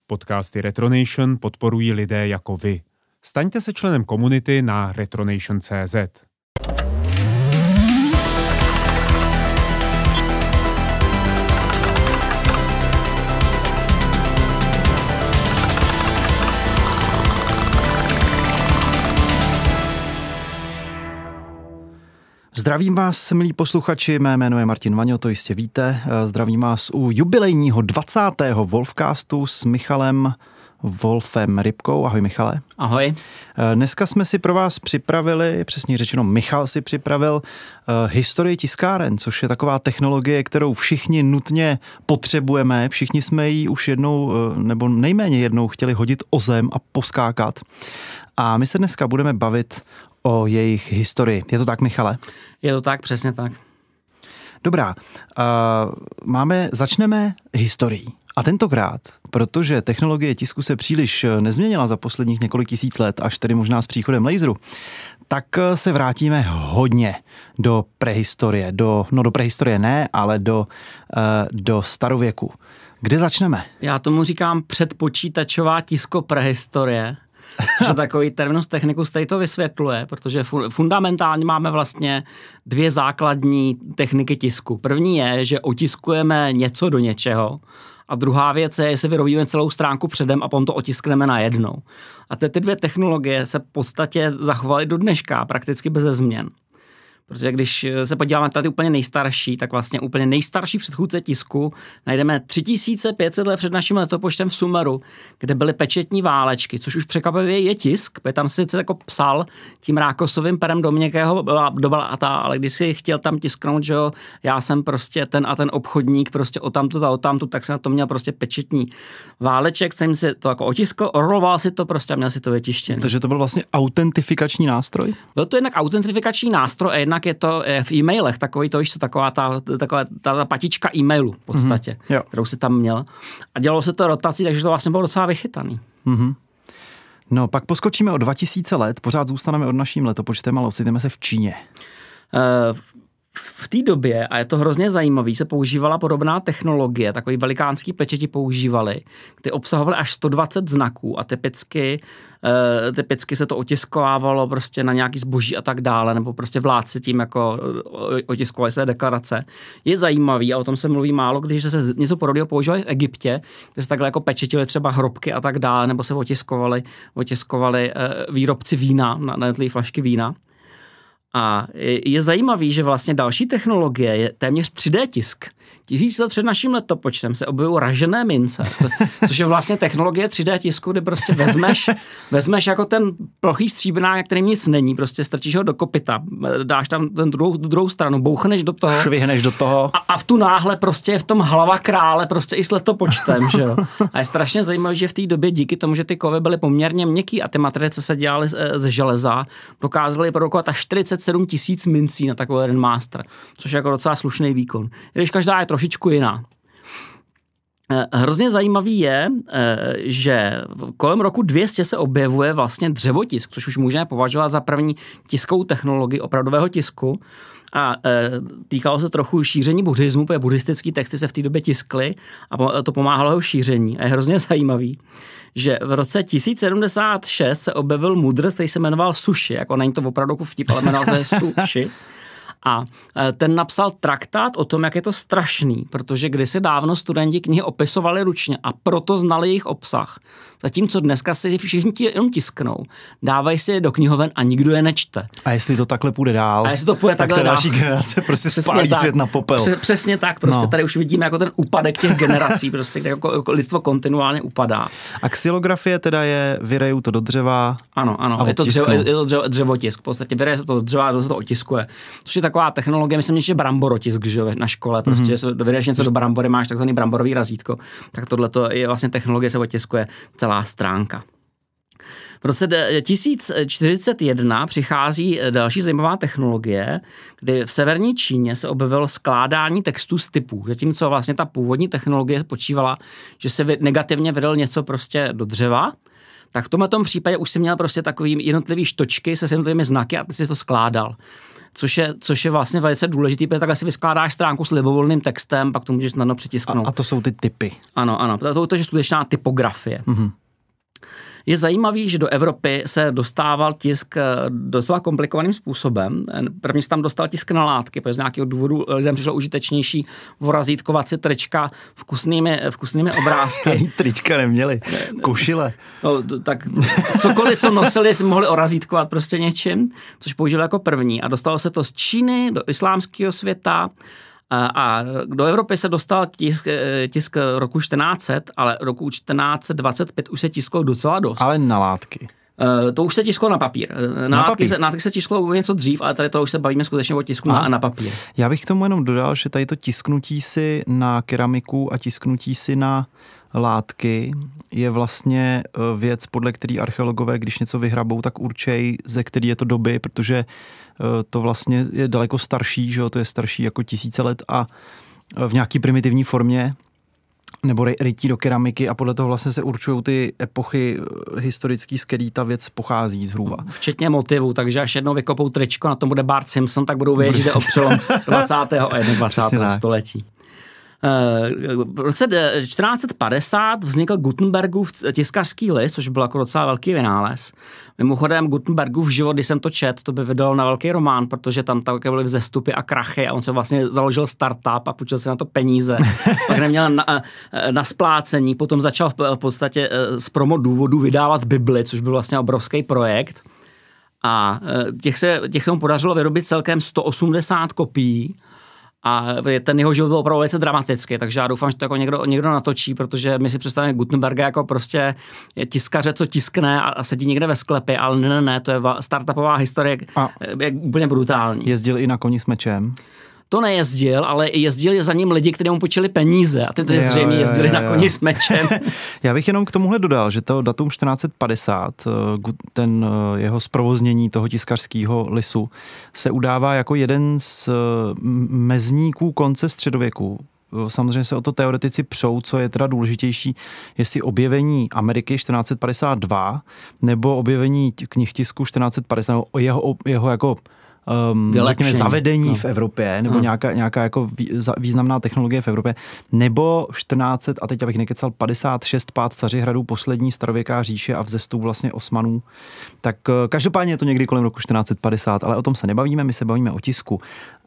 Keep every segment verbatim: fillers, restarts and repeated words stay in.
Podcasty Retronation podporují lidé jako vy. Staňte se členem komunity na retronation tečka cé zet. Zdravím vás, milí posluchači, mé jméno je Martin Vaňo, to jistě víte. Zdravím vás u jubilejního dvacátého Wolfcastu s Michalem Wolfem Rybkou. Ahoj, Michale. Ahoj. Dneska jsme si pro vás připravili, přesně řečeno Michal si připravil uh, historii tiskáren, což je taková technologie, kterou všichni nutně potřebujeme. Všichni jsme ji už jednou, uh, nebo nejméně jednou chtěli hodit o zem a poskákat. A my se dneska budeme bavit o jejich historii. Je to tak, Michale? Je to tak, přesně tak. Dobrá, uh, máme, začneme historií. A tentokrát, protože technologie tisku se příliš nezměnila za posledních několik tisíc let, až tedy možná s příchodem laseru, tak se vrátíme hodně do prehistorie. Do, no do prehistorie ne, ale do, uh, do starověku. Kde začneme? Já tomu říkám předpočítačová tiskoprehistorie, což je takový terminus technicus, který to vysvětluje, protože fundamentálně máme vlastně dvě základní techniky tisku. První je, že otiskujeme něco do něčeho, a druhá věc je, jestli vyrobíme celou stránku předem a potom to otiskneme najednou. A ty, ty dvě technologie se v podstatě zachovaly do dneška, prakticky beze změn. Protože když se podíváme tady úplně nejstarší, tak vlastně úplně nejstarší předchůdce tisku najdeme tři tisíce pět set let před naším letopočtem v Sumeru, kde byly pečetní válečky, což už překvapivě je tisk, protože tam si sice jako psal tím rákosovým perem do měkkého doba a ta, ale když si chtěl tam tisknout, že jo, já jsem prostě ten a ten obchodník, prostě o tamtu a o tamtu, tak se na to měl prostě pečetní váleček, jsem si to jako otiskl, orloval si to prostě a měl si to vytištěný. Takže to byl vlastně autentifikační nástroj? Byl to jednak autentifikační nástroj a jednak je to v e-mailech, takový to, víš co, taková ta, taková ta, ta patička e-mailu v podstatě, mm-hmm, kterou si tam měl. A dělalo se to rotací, takže to vlastně bylo docela vychytaný. Mm-hmm. No, pak poskočíme o dva tisíce let, pořád zůstaneme od naším letopočtem, ale ocitneme se v Číně. Uh, V té době, a je to hrozně zajímavý, se používala podobná technologie, takový velikánský pečeti používali, ty obsahovaly až sto dvacet znaků a typicky, typicky se to otiskovávalo prostě na nějaký zboží a tak dále, nebo prostě vládci tím jako otiskovali své deklarace. Je zajímavý, a o tom se mluví málo, když se něco podobného používali v Egyptě, kde se takhle jako pečetili třeba hrobky a tak dále, nebo se otiskovali, otiskovali výrobci vína, na jednotlivé flašky vína. A je zajímavý, že vlastně další technologie je téměř tři dé tisk. Tisíc let před naším letopočtem se objevují ražené mince, co, což je vlastně technologie tři dé tisku, kdy prostě vezmeš, vezmeš jako ten plochý stříbrnák, kterým nic není, prostě strčíš ho do kopyta, dáš tam ten druhou, druhou stranu, bouchneš do toho. Švihneš do toho. A, a v tu náhle prostě je v tom hlava krále prostě i s letopočtem, že jo. A je strašně zajímavé, že v té době díky tomu, že ty kovy byly poměrně měkký a ty matrice se dělaly ze železa, dokázali produkovat až čtyřicet sedm tisíc mincí na takový jeden master, což je jako docela slušný výkon. Když každá je trošičku jiná. Hrozně zajímavý je, že kolem roku dvě stě se objevuje vlastně dřevotisk, což už můžeme považovat za první tiskovou technologii opravdového tisku. A týkalo se trochu šíření buddhismu, protože buddhistické texty se v té době tiskly a to pomáhalo jeho šíření. A je hrozně zajímavý, že v roce tisíc sedmdesát šest se objevil mudrc, který se jmenoval Suši, jako není to opravdu jako vtip, ale jmenoval se Suši. A ten napsal traktát o tom, jak je to strašný, protože kdysi dávno studenti knihy opisovali ručně a proto znali jejich obsah. Zatímco dneska si všichni jenom tisknou, dávají si je do knihoven a nikdo je nečte. A jestli to takhle půjde dál, a jestli to půjde tak ta další generace prostě přesně spálí tak, svět na popel. Přesně tak, prostě no. Tady už vidíme jako ten úpadek těch generací, prostě, kde jako, jako lidstvo kontinuálně upadá. A xylografie teda je, vyrejou to do dřeva. Ano, ano, je to, dřevo, je to dřevo, dřevotisk, v podstatě vyreje se to do dřeva a se to otiskuje, což je taková technologie, myslím, že je bramborotisk, že na škole, prostě, mm-hmm. že se vyreješ něco do brambory, máš takzvaný bramborový razítko, tak tohle je vlastně technologie, se otiskuje celá stránka. V roce tisíc čtyřicet jedna přichází další zajímavá technologie, kdy v severní Číně se objevilo skládání textů z typů, zatímco vlastně ta původní technologie spočívala, že se negativně vydal něco prostě do dřeva, tak v tomhle případě už si měl prostě takový jednotlivý štočky se jednotlivými znaky a ty si to skládal. což je, což je vlastně velice důležitý, protože takhle si vyskládáš stránku s libovolným textem, pak to můžeš snadno přitisknout. A, a to jsou ty typy. Ano, ano, to, to je skutečná typografie. Mm-hmm. Je zajímavý, že do Evropy se dostával tisk docela komplikovaným způsobem. První se tam dostal tisk na látky, protože z nějakého důvodu lidem přišlo užitečnější vorazítkovat si trička vkusnými, vkusnými obrázky. Ani trička neměli, košile. No, tak cokoliv, co nosili, si mohli orazítkovat prostě něčím, což použili jako první. A dostalo se to z Číny do islámského světa. A do Evropy se dostal tisk, tisk roku čtrnáct set, ale roku čtrnáct dvacet pět už se tisklo docela dost. Ale na látky. To už se tisklo na papír. Na, na látky, papír. Se, na látky se tisklo něco dřív, ale tady to už se bavíme skutečně o tisku na, na papír. Já bych k tomu jenom dodal, že tady to tisknutí si na keramiku a tisknutí si na látky je vlastně věc, podle který archeologové, když něco vyhrabou, tak určej, ze který je to doby, protože to vlastně je daleko starší, že jo, to je starší jako tisíce let a v nějaký primitivní formě nebo rytí do keramiky a podle toho vlastně se určují ty epochy historický, z který ta věc pochází zhruba. Včetně motivů, takže až jednou vykopou tričko, na tom bude Bart Simpson, tak budou vědět, že jde o přelom dvacátého a dvacátého století. V roce čtrnáct padesát vznikl Gutenbergův tiskařský list, což byl jako docela velký vynález. Mimochodem Gutenbergův život, když jsem to čet, to by vydal na velký román, protože tam také byly vzestupy a krachy a on se vlastně založil startup a půjčil si na to peníze. Pak neměl na, na splácení, potom začal v podstatě z promo důvodů vydávat Bibli, což byl vlastně obrovský projekt. A těch se, těch se mu podařilo vyrobit celkem sto osmdesát kopií. A ten jeho život byl opravdu velice dramatický, takže já doufám, že to jako někdo, někdo natočí, protože my si představíme Gutenberga jako prostě tiskaře, co tiskne a, a sedí někde ve sklepě, ale ne, ne, ne, to je startupová historie, a je úplně brutální. Jezdil i na koni s mečem? To nejezdil, ale jezdili za ním lidi, kteří mu počili peníze a ty ty zřejmě jezdili jo, jo, jo. na koni s mečem. Já bych jenom k tomuhle dodal, že to datum čtrnáct padesát, ten jeho zprovoznění toho tiskařského lisu se udává jako jeden z mezníků konce středověku. Samozřejmě se o to teoretici přou, co je teda důležitější, jestli objevení Ameriky čtrnáct padesát dva nebo objevení knihtisku čtrnáct padesát, jeho, jeho jako Um, řekněme, zavedení no. v Evropě, nebo no. nějaká, nějaká jako významná technologie v Evropě, nebo čtrnáct a teď abych nekecal, padesát šest pád Cařihradu, poslední starověká říše a vzestup vlastně Osmanů. Tak každopádně je to někdy kolem roku čtrnáct padesát, ale o tom se nebavíme, my se bavíme o tisku. Uh,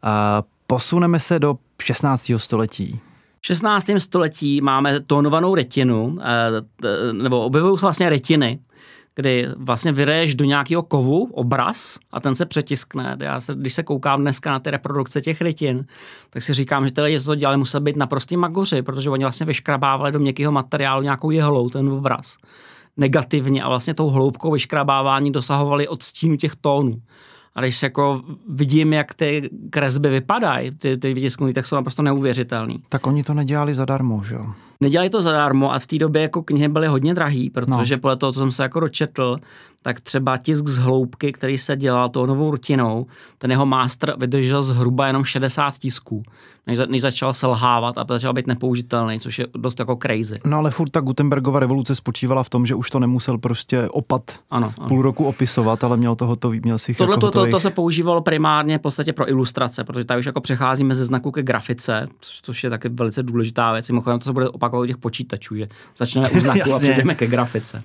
posuneme se do šestnáctého století. V šestnáctém století máme tónovanou retinu, nebo objevují se vlastně retiny, kdy vlastně vyreješ do nějakého kovu obraz a ten se přetiskne. Já se, když se koukám dneska na ty reprodukce těch retin, tak si říkám, že ty lidi, co to dělali, museli být naprostý magoři, protože oni vlastně vyškrabávali do měkkého materiálu nějakou jehlou ten obraz negativně a vlastně tou hloubkou vyškrabávání dosahovali od stínu těch tónů. A když jako vidím, jak ty kresby vypadají, ty, ty vytisknuté, tak jsou naprosto neuvěřitelný. Tak oni to nedělali zadarmo, že jo? Nedělali to zadarmo a v té době jako knihy byly hodně drahý, protože no. podle toho, co jsem se jako dočetl, tak třeba tisk z hloubky, který se dělal tou novou rutinou, ten jeho master vydržel zhruba jenom šedesát tisků, než, než začal selhávat a začal být nepoužitelný, což je dost jako crazy. No ale furt ta Gutenbergova revoluce spočívala v tom, že už to nemusel prostě opat ano, ano. půl roku opisovat, ale měl to hotový, měl si Tohle jako to, hotových... to, to se používalo primárně v podstatě pro ilustrace, protože tady už jako přecházíme ze znaku ke grafice, což je taky velice důležitá věc. Mimochodem to se bude opakovat u těch počítačů, že začneme u znaku a přejdeme ke grafice.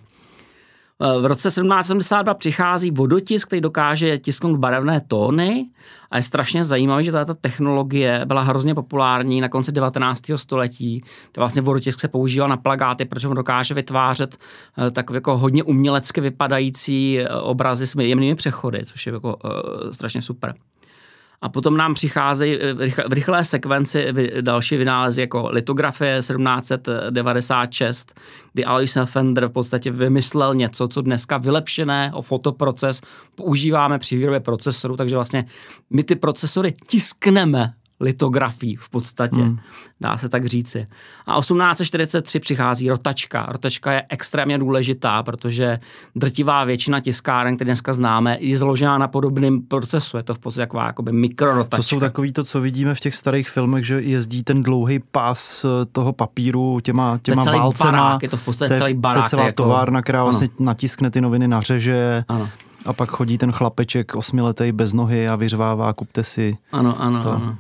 V roce sedmnáct sedmdesát dva přichází vodotisk, který dokáže tisknout barevné tóny a je strašně zajímavý, že tato technologie byla hrozně populární na konci devatenáctého století, kde vlastně vodotisk se používal na plakáty, protože on dokáže vytvářet takové jako hodně umělecky vypadající obrazy s jemnými přechody, což je jako uh, strašně super. A potom nám přicházejí v rychlé sekvenci další vynálezy jako litografie sedmnáct devadesát šest, kdy Alois Fender v podstatě vymyslel něco, co dneska vylepšeného fotoproces používáme při výrobě procesorů, takže vlastně my ty procesory tiskneme litografií v podstatě, hmm. dá se tak říci. A osmnáct čtyřicet tři přichází rotačka. Rotačka je extrémně důležitá, protože drtivá většina tiskáren, které dneska známe, je založená na podobném procesu. Je to v podstatě taková jakoby mikrorotačka. To jsou takový to, co vidíme v těch starých filmech, že jezdí ten dlouhý pás toho papíru těma, těma to je válcema. Barák, je to v podstatě celý barák. To je celá jako... továrna, která vlastně natiskne ty noviny, nařeže. Ano. A pak chodí ten chlapeček osmiletej bez nohy a vyřvává, kupte si. Ano, ano, to. ano.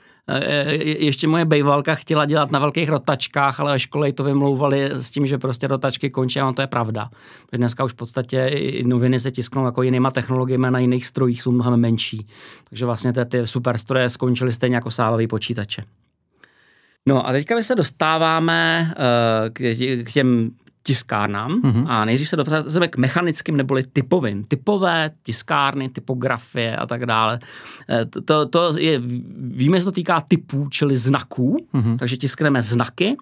Je, ještě moje bejvalka chtěla dělat na velkých rotačkách, ale ve škole jí to vymlouvali s tím, že prostě rotačky končí, a to je pravda. Protože dneska už v podstatě i noviny se tisknou jako jinýma technologiemi, na jiných strojích jsou mnohem menší. Takže vlastně ty, ty superstroje skončily stejně jako sálový počítače. No a teďka my se dostáváme uh, k, k těm tiskárnám mm-hmm. a nejdřív se dostaneme k mechanickým neboli typovým. Typové tiskárny, typografie a tak dále. To, to je, víme, že to týká typů, čili znaků, mm-hmm. takže tiskneme znaky.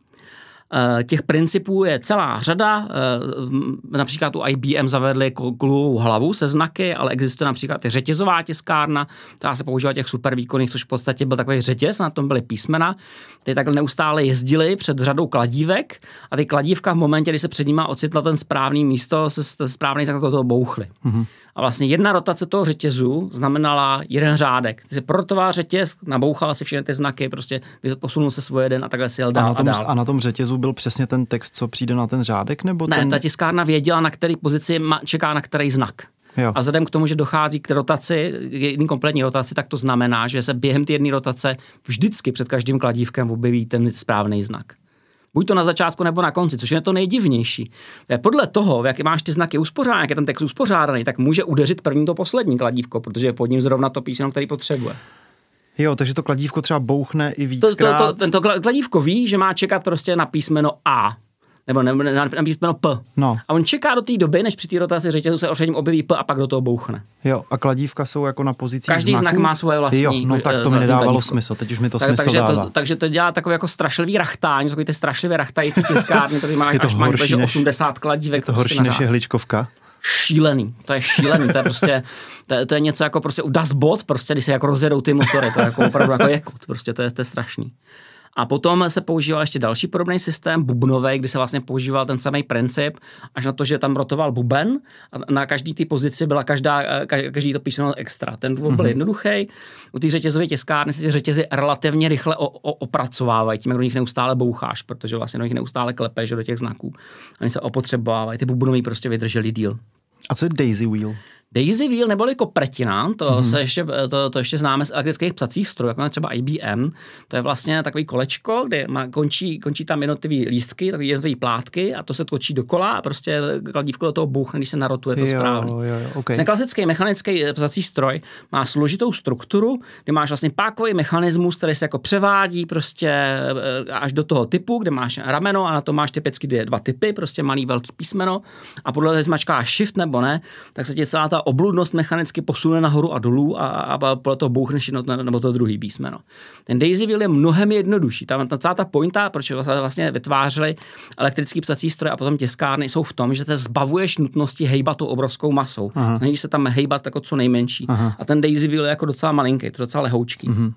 Těch principů je celá řada, například u I B M zavedli kulovou hlavu se znaky, ale existuje například i řetězová tiskárna, která se používá těch supervýkonných, což v podstatě byl takový řetěz, na tom byly písmena. Ty takhle neustále jezdili před řadou kladívek a ty kladívka v momentě, kdy se před nima ocitla ten správný místo, se ten správný znak do toho bouchly. Mm-hmm. A vlastně jedna rotace toho řetězu znamenala jeden řádek. Ty si prorotoval řetěz, nabouchal si všechny ty znaky, prostě posunul se svůj jeden a takhle si jel dál a, na tom, a dál. A na tom řetězu byl přesně ten text, co přijde na ten řádek? Nebo ne, ten... ta tiskárna věděla, na který pozici čeká na který znak. Jo. A vzhledem k tomu, že dochází k rotaci, jedné kompletní rotaci, tak to znamená, že se během té jedné rotace vždycky před každým kladívkem objeví ten správný znak. Buď to na začátku nebo na konci, což je to nejdivnější. Podle toho, jak máš ty znaky uspořádané, jak je ten text uspořádaný, tak může udeřit první to poslední kladívko, protože je pod ním zrovna to písmeno, který potřebuje. Jo, takže to kladívko třeba bouchne i víckrát. To, to, to, tento kladívko ví, že má čekat prostě na písmeno A. Nebo na, na, na písmeno P. No. A on čeká do té doby, než při té rotaci řetězu se ořadím objeví P a pak do toho bouchne. Jo, a kladívka jsou jako na pozicích Každý znaků? znak má svoje vlastní. Jo, no tak to mi nedávalo kladívko. Smysl, teď už mi to tak, smysl takže dává. To, takže to dělá takový jako strašlivý rachtání, takový ty strašlivě rachtající tiskárny, který máš až máš osmdesát kladívek. Je to horší než je hličkovka? Šílený, to je šílený, to je prostě, to je, to je něco jako prostě u Dustbot, prostě když se jako rozjedou ty motory, to je jako opravdu jako jekut, prostě to je, to je strašný. A potom se používal ještě další podobný systém, bubnovej, kdy se vlastně používal ten samý princip, až na to, že tam rotoval buben a na každý té pozici byla každá, každý to písmeno extra. Ten důvod byl mm-hmm. jednoduchý. U té řetězové tiskárny se ty řetězy relativně rychle o, o, opracovávají, tím, jak do nich neustále boucháš, protože vlastně do nich neustále klepeš do těch znaků. Oni se opotřebovávají, ty bubnový prostě vydrželi díl. A co je daisy wheel? Daisy wheel neboli kopretina, to, mm-hmm. se ještě, to, to ještě známe z elektrických psacích strojů, jako třeba I B M. To je vlastně takový kolečko, kde má, končí, končí tam jednotlivý lístky, takový jednotlivý plátky a to se točí dokola a prostě kladívko do toho bouchne, když se narotuje to jo, správně. Jo, jo, okay. Ten klasický mechanický psací stroj má složitou strukturu, kde máš vlastně pákový mechanismus, který se jako převádí prostě až do toho typu, kde máš rameno a na to máš typicky dva typy, prostě malý velký písmeno a podle toho, jestli mačkáš shift nebo ne, tak se ti celá ta obludnost mechanicky posune nahoru a dolů a, a podle toho bouchneš jedno nebo to druhý písmeno. Ten daisy wheel je mnohem jednodušší. Tam ta celá ta pointa, proč vlastně vytvářeli elektrický psací stroj a potom tiskárny, jsou v tom, že se zbavuješ nutnosti hejbat tou obrovskou masou. Snažíš se tam hejbat jako co nejmenší. Aha. A ten daisy wheel je jako docela malinký, to docela lehoučký. Mhm.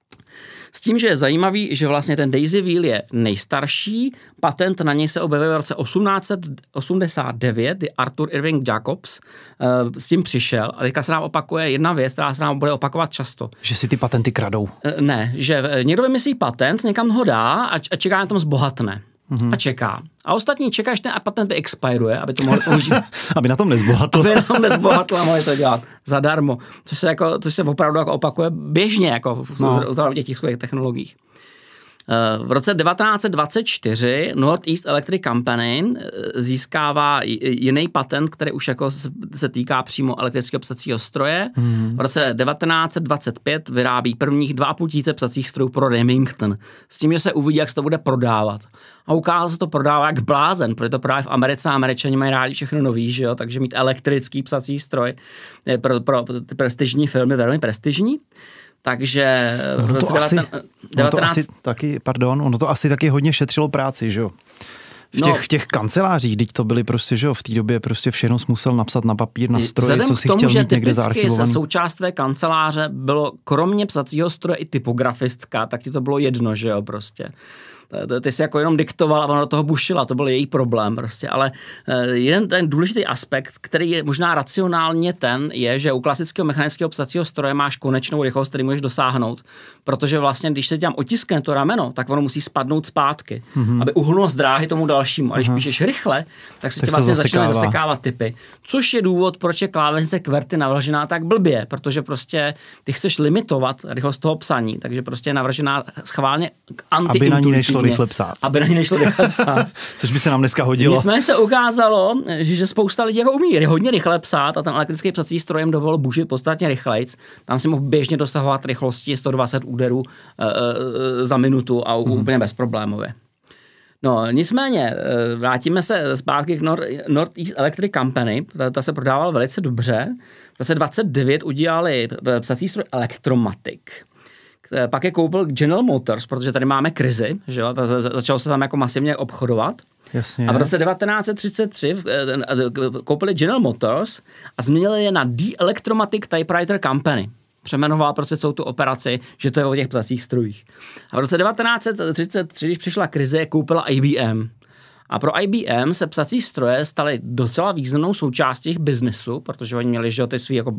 S tím, že je zajímavý, že vlastně ten daisy wheel je nejstarší, patent na něj se objevil v roce osmnáct osmdesát devět, kdy Arthur Irving Jacobs uh, s tím přišel a teďka se nám opakuje jedna věc, která se nám bude opakovat často. Že si ty patenty kradou. Uh, ne, že někdo vymyslí patent, někam ho dá a, a čeká na tom zbohatne. Mm-hmm. A čeká. A ostatní čeká, že ten patent vyexpiruje, aby to mohli použít. Aby na tom nezbohatl. Aby na tom nezbohatl a mohli to dělat zadarmo. Což se, jako, což se opravdu jako opakuje běžně jako v, no. v těch tiskových technologiích. V roce devatenáct set dvacet čtyři Northeast Electric Company získává jiný patent, který už jako se týká přímo elektrického psacího stroje. Hmm. V roce devatenáct set dvacet pět vyrábí prvních dva a půl tisíce psacích strojů pro Remington. S tím, že se uvidí, jak se to bude prodávat. A ukázalo se to prodává jak blázen, protože to prodávají v Americe a Američani mají rádi všechno nový, že jo? Takže mít elektrický psací stroj je pro, pro, pro ty prestižní filmy velmi prestižní. Takže ono to, asi, devatenáct... ono to asi taky, pardon, ono to asi taky hodně šetřilo práci, že jo? V těch, no, v těch kancelářích, teď to byly prostě, že jo, v té době prostě všechno musel napsat na papír, na stroje, co si tomu, chtěl mít někde zaarchivovaný. Se součást tvé kanceláře bylo kromě psacího stroje i typografistka, tak ti to bylo jedno, že jo, prostě. ty si jako jenom diktoval a ona do toho bušila, to byl její problém prostě, ale jeden ten důležitý aspekt, který je možná racionálně ten, je, že u klasického mechanického psacího stroje máš konečnou rychlost, který můžeš dosáhnout, protože vlastně, když se tam otiskne to rameno, tak ono musí spadnout zpátky, mm-hmm. aby uhnulo z dráhy tomu dalšímu. A když uh-huh. píšeš rychle, tak se tě vlastně začne zasekávat typy. Což je důvod, proč je klávesnice QWERTY navržená tak blbě, protože prostě ty chceš limitovat rychlost toho psaní, takže prostě je navržená schválně antiintuitivně. Aby na ní nešlo rychle psát. Aby na ní nešlo rychle psát. Což by se nám dneska hodilo. Nicméně se ukázalo, že spousta lidí jako umí hodně rychle psát a ten elektrický psací stroj jim dovolil bušit podstatně rychlejc. Tam si mohl běžně dosahovat rychlosti sto dvacet úderů e, e, za minutu a mm. úplně bezproblémově. No, nicméně, vrátíme se zpátky k Northeast Electric Company, ta, ta se prodávala velice dobře. V roce dvacet devět udělali psací stroj Electromatic. Pak je koupil General Motors, protože tady máme krizi, že jo, začalo se tam jako masivně obchodovat. Jasně. A v roce devatenáct set třicet tři koupili General Motors a změnili je na The Electromatic Typewriter Company. Přemenoval prostě celou tu operaci, že to je o těch psacích strojích. A v roce devatenáct set třicet tři, když přišla krize, koupila I B M. A pro I B M se psací stroje staly docela významnou součástí jejich biznesu, protože oni měli, že ty svý jako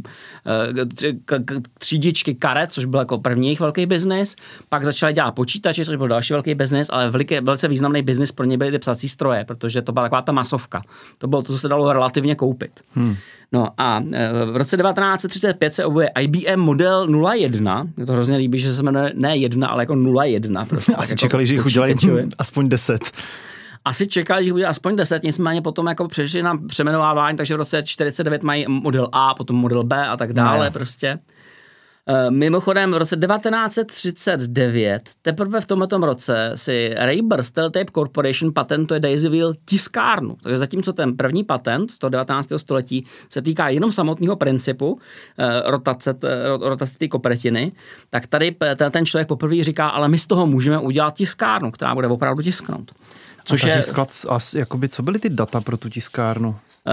třídičky karet, což byl jako první jejich velký biznis, pak začali dělat počítače, což byl další velký biznis, ale veliký, velice významný biznis pro ně byly ty psací stroje, protože to byla taková ta masovka. To bylo to, co se dalo relativně koupit. Hmm. No a v roce devatenáct set třicet pět se objevuje I B M model nula jedna, mě to hrozně líbí, že se jmenuje ne jedna, ale jako nula jedna. Prostě, asi jako čekali, že jich udělají aspoň deset. Asi čekali, že bude aspoň deset, nicméně potom jako přešli na přeměnovávání, takže v roce čtyřicet devět mají model A, potom model B a tak dále no. prostě. E, mimochodem v roce devatenáct set třicet devět, teprve v tomto roce si Rayburn Teletape Corporation patentuje Daisy-Wheel tiskárnu. Takže zatímco ten první patent z toho devatenáctého století se týká jenom samotného principu e, rotace, rotace té kopretiny, tak tady ten, ten člověk poprvé říká, ale my z toho můžeme udělat tiskárnu, která bude opravdu tisknout. Což je sklad, jakoby, co byly ty data pro tu tiskárnu?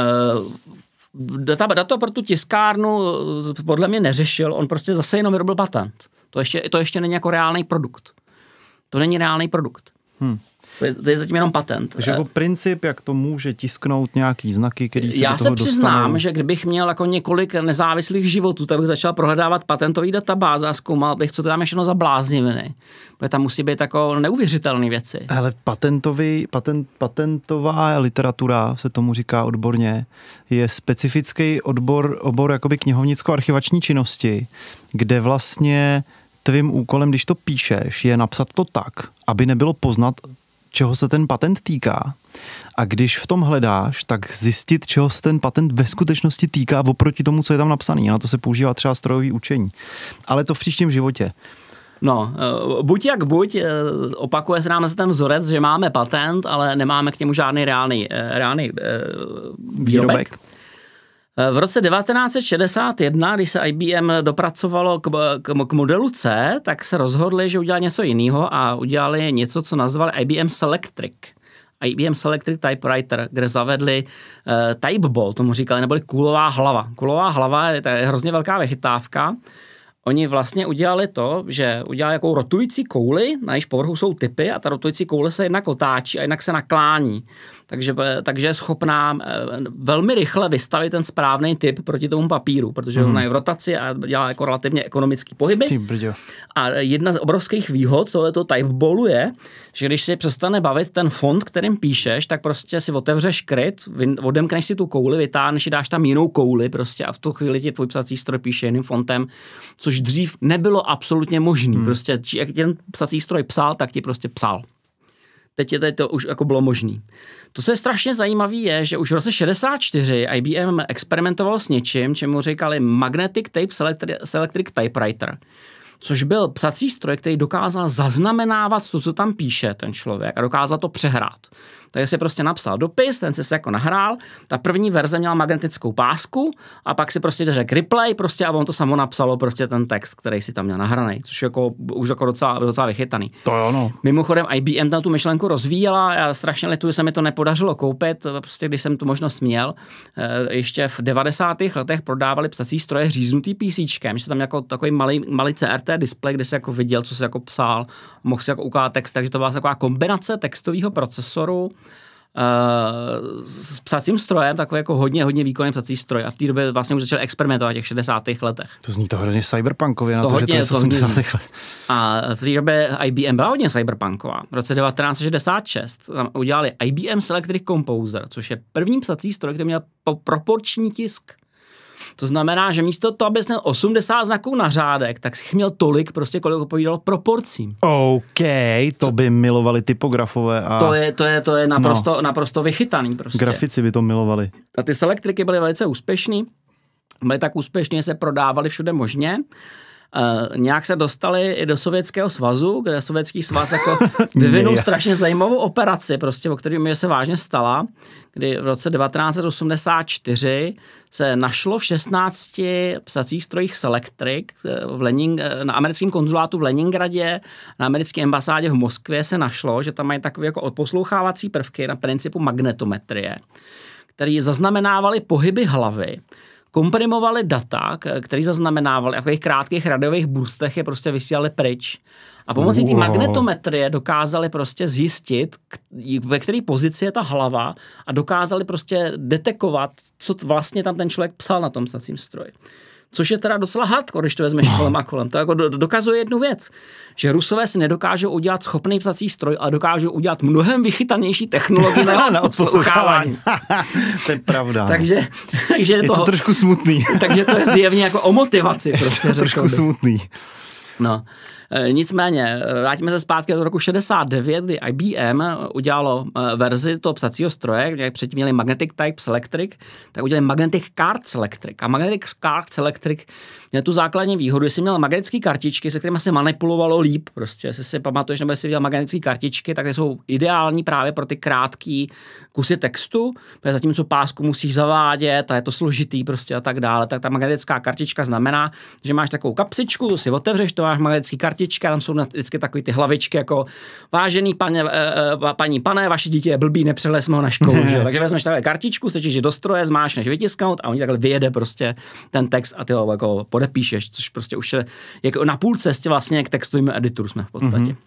Uh, data, data pro tu tiskárnu podle mě neřešil, on prostě zase jenom vyrobil patent. To ještě, to ještě není jako reálný produkt. To není reálný produkt. Hmm. To je, to je zatím jenom patent. Takže jako princip, jak to může tisknout nějaký znaky, který se Já do toho se přiznám, dostanou. že kdybych měl jako několik nezávislých životů, tak bych začal prohledávat patentový databáze a zkoumal bych, co to tam je všechno za blázniviny. Protože tam musí být jako neuvěřitelné věci. Ale patentový, patent, patentová literatura, se tomu říká odborně, je specifický odbor, obor jakoby knihovnicko-archivační činnosti, kde vlastně tvým úkolem, když to píšeš, je napsat to tak, aby nebylo poznat, čeho se ten patent týká. A když v tom hledáš, tak zjistit, čeho se ten patent ve skutečnosti týká oproti tomu, co je tam napsaný. Na to se používá třeba strojový učení. Ale to v příštím životě. No, buď jak buď, opakuje se nám ten vzorec, že máme patent, ale nemáme k němu žádný reálný, reálný výrobek. výrobek. V roce devatenáct set šedesát jedna, když se I B M dopracovalo k, k, k modelu C, tak se rozhodli, že udělali něco jiného a udělali něco, co nazvali I B M Selectric. I B M Selectric Typewriter, kde zavedli uh, typeball, tomu říkali, neboli kulová hlava. Kulová hlava je, je hrozně velká vychytávka. Oni vlastně udělali to, že udělali jakou rotující kouli, na jejíž povrchu jsou typy a ta rotující koule se jednak otáčí a jednak se naklání. Takže, takže je schopná velmi rychle vystavit ten správný typ proti tomu papíru, protože hmm. ona je v rotaci a dělá jako relativně ekonomický pohyby. A jedna z obrovských výhod tohoto typeballu je, že když si přestane bavit ten font, kterým píšeš, tak prostě si otevřeš kryt, odemkneš si tu kouli, vytáhneš, dáš tam jinou kouli prostě a v tu chvíli ti tvůj psací stroj píše jiným fontem, což dřív nebylo absolutně možný. Hmm. Prostě jak ten psací stroj psal, tak ti prostě psal. Teď je to už jako bylo možný. To, co je strašně zajímavé, je, že už v roce šedesát čtyři I B M experimentoval s něčím, čemu říkali Magnetic Tape Selectric Typewriter, což byl psací stroj, který dokázal zaznamenávat to, co tam píše ten člověk a dokázal to přehrát. Takže si prostě napsal dopis, ten si se jako nahrál, ta první verze měla magnetickou pásku a pak si prostě řekl replay prostě a on to samo napsalo prostě ten text, který si tam měl nahraný, což je jako už jako docela, docela vychytaný. To jo, no. Mimochodem I B M tam tu myšlenku rozvíjela, já strašně lituju, se mi to nepodařilo koupit, prostě když jsem tu možnost měl. Ještě v devadesátých letech prodávali psací stroje říznutý PCčkem, že tam jako takový malý, malý C R T displej, kde se jako viděl, co se jako psal, mohl si jako ukázat text, takže to byla taková kombinace textového procesoru Uh, s psacím strojem, takový jako hodně, hodně výkonný psací stroj a v té době vlastně už začali experimentovat v těch šedesátých letech. To zní to hrozně cyberpunkově na to, to, hodně, že to je osmdesátých let. A v té době I B M byla hodně cyberpunková. V roce devatenáct set šedesát šest tam udělali I B M Selectric Composer, což je první psací stroj, který měl proporční tisk. To znamená, že místo toho, abys měl osmdesát znaků na řádek, tak jsi měl tolik, prostě kolik odpovídalo proporcím. OK, to by milovali typografové a... To je, to je, to je naprosto, no. naprosto vychytaný prostě. Grafici by to milovali. A ty Selectriky byly velice úspěšný. Byly tak úspěšně, se prodávaly všude možně. Uh, nějak se dostali i do Sovětského svazu, kde Sovětský svaz jako vyvinul strašně zajímavou operaci, prostě, o které mi se vážně stala, kdy v roce devatenáct set osmdesát čtyři se našlo v šestnácti psacích strojích Selectric v Lenin, na americkém konzulátu v Leningradě, na americké ambasádě v Moskvě se našlo, že tam mají takové jako odposlouchávací prvky na principu magnetometrie, které zaznamenávaly pohyby hlavy, komprimovali data, které zaznamenávali, jako jejich krátkých radiových boostech je prostě vysílali pryč. A pomocí té magnetometrie dokázali prostě zjistit, ve které pozici je ta hlava a dokázali prostě detekovat, co vlastně tam ten člověk psal na tom psacím stroji. Což je teda docela hardcore, když to vezmeš kolem a kolem. To jako dokazuje jednu věc, že Rusové si nedokážou udělat schopný psací stroj, ale dokážou udělat mnohem vychytanější technologii na poslouchávání. To je pravda. takže, takže je to, to trošku smutný. takže to je zjevně jako o motivaci. Prostě, je to trošku smutný. No. Nicméně, vrátíme se zpátky do roku šedesát devět, kdy I B M udělalo verzi toho psacího stroje, kde předtím měli Magnetic Type Selectric, tak udělali Magnetic Card Selectric. A Magnetic Card Selectric měl tu základní výhodu, jestli měl magnetické kartičky, se kterými se manipulovalo líp. Prostě, jestli si pamatuješ, nebo jestli viděl magnetické kartičky, tak jsou ideální právě pro ty krátké kusy textu, protože zatímco pásku musíš zavádět a je to složitý prostě a tak dále, tak ta magnetická kartička znamená, že máš takovou kapsičku, tu si otevřeš, to máš magnetický kartička, tam jsou vždycky takový ty hlavičky jako vážený pane, paní pane, vaše dítě je blbý, nepřelez jsme ho na školu, že? Takže vezmeš takhle kartičku, stačíš do stroje, zmášneš vytisknout a oni takhle vyjede prostě ten text a ty ho jako podepíšeš, což prostě už je jako na půl cestě vlastně k textovému editoru jsme v podstatě. Mm-hmm.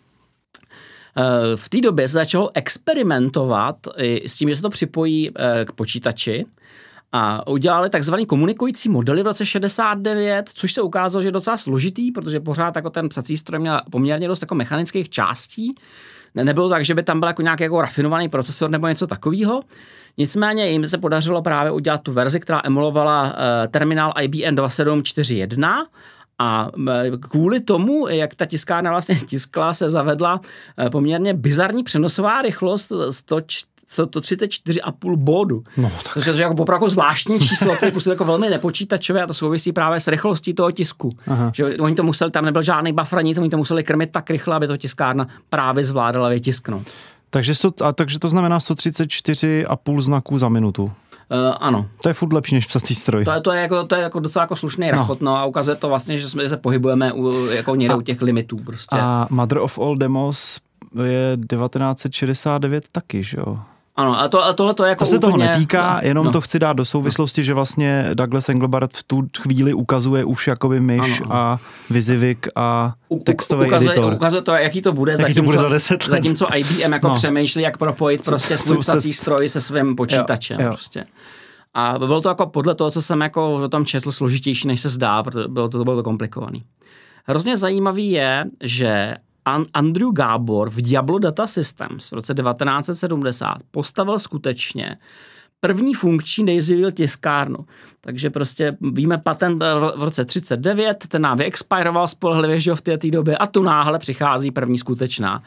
V té době se začalo experimentovat s tím, že se to připojí k počítači a udělali takzvaný komunikující modely v roce šedesát devět, což se ukázalo, že je docela složitý, protože pořád jako ten psací stroj měl poměrně dost jako mechanických částí. Ne, nebylo tak, že by tam byl jako nějaký jako rafinovaný procesor nebo něco takového. Nicméně jim se podařilo právě udělat tu verzi, která emulovala uh, terminál I B M dva sedm čtyři jedna. A kvůli tomu, jak ta tiskárna vlastně tiskla, se zavedla poměrně bizarní přenosová rychlost sto třicet čtyři a půl bodu. No, tak. To je jako opravdu zvláštní číslo, to je jako velmi nepočítačové a to souvisí právě s rychlostí toho tisku. Aha. Že oni to museli, tam nebyl žádný buffer, nic, oni to museli krmit tak rychle, aby to tiskárna právě zvládala vytisknout. Takže, sto, a, takže to znamená sto třicet čtyři a půl znaků za minutu. Uh, ano. To je furt lepší než psací stroj. To je, to je, jako, to je jako docela jako slušný rachot, no. no a ukazuje to vlastně, že jsme se pohybujeme u, jako někde a, u těch limitů prostě. A Mother of All Demos je devatenáct set šedesát devět taky, že jo? Ano, a, to, a tohle to je jako to se úplně, toho netýká, no, jenom no. to chci dát do souvislosti, že vlastně Douglas Engelbart v tu chvíli ukazuje už jakoby myš ano, ano. a Vizivik a textový ukazuje, editor. Ukazuje to, jaký to bude, jaký zatímco, to bude za deset let. Zatímco I B M jako no. přemýšlí, jak propojit co, prostě svůj psací se... stroj se svým počítačem. Jo, jo. Prostě. A bylo to jako podle toho, co jsem jako o tom četl, složitější, než se zdá, protože bylo to, to bylo to komplikovaný. Hrozně zajímavý je, že Andrew Gábor v Diablo Data Systems v roce devatenáct set sedmdesát postavil skutečně první funkční Daisy Wheel tiskárnu. Takže prostě víme patent v roce třicet devět, ten nám vyexpiroval spolehlivě, že v té době a tu náhle přichází první skutečná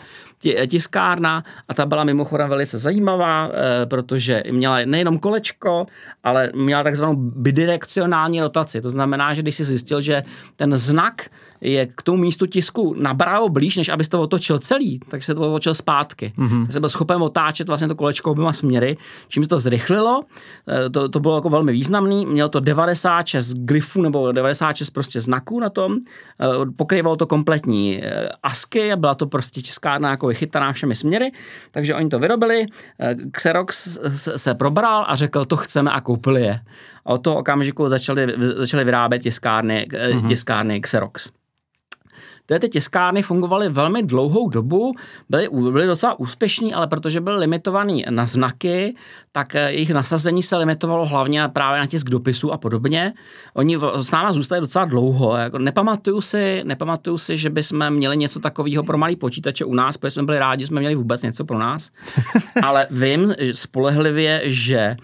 tiskárna a ta byla mimochodem velice zajímavá, protože měla nejenom kolečko, ale měla takzvanou bidirekcionální rotaci. To znamená, že když si zjistil, že ten znak je k tomu místu tisku nabralo blíž, než abys to otočil celý, tak se to otočil zpátky. Mm-hmm. Tak se byl schopen otáčet vlastně to kolečko oběma směry, čím se to zrychlilo. To, to bylo jako velmi významný. Mělo to devadesát šest glyfů nebo devadesát šest prostě znaků na tom. Pokrývalo to kompletní asky a byla to prostě tiskárna jako vychytaná všemi směry. Takže oni to vyrobili. Xerox se probral a řekl, to chceme a koupili je. A od toho okamžiku začali, začali vyrábět tiskárny, mm-hmm. tiskárny Xerox. Tyhle ty tiskárny fungovaly velmi dlouhou dobu, byly, byly docela úspěšní, ale protože byly limitovaný na znaky, tak jejich nasazení se limitovalo hlavně právě na tisk dopisů a podobně. Oni s náma zůstali docela dlouho. Jako nepamatuju si, nepamatuju si, že bychom měli něco takového pro malý počítače u nás, protože jsme byli rádi, že jsme měli vůbec něco pro nás. Ale vím spolehlivě, že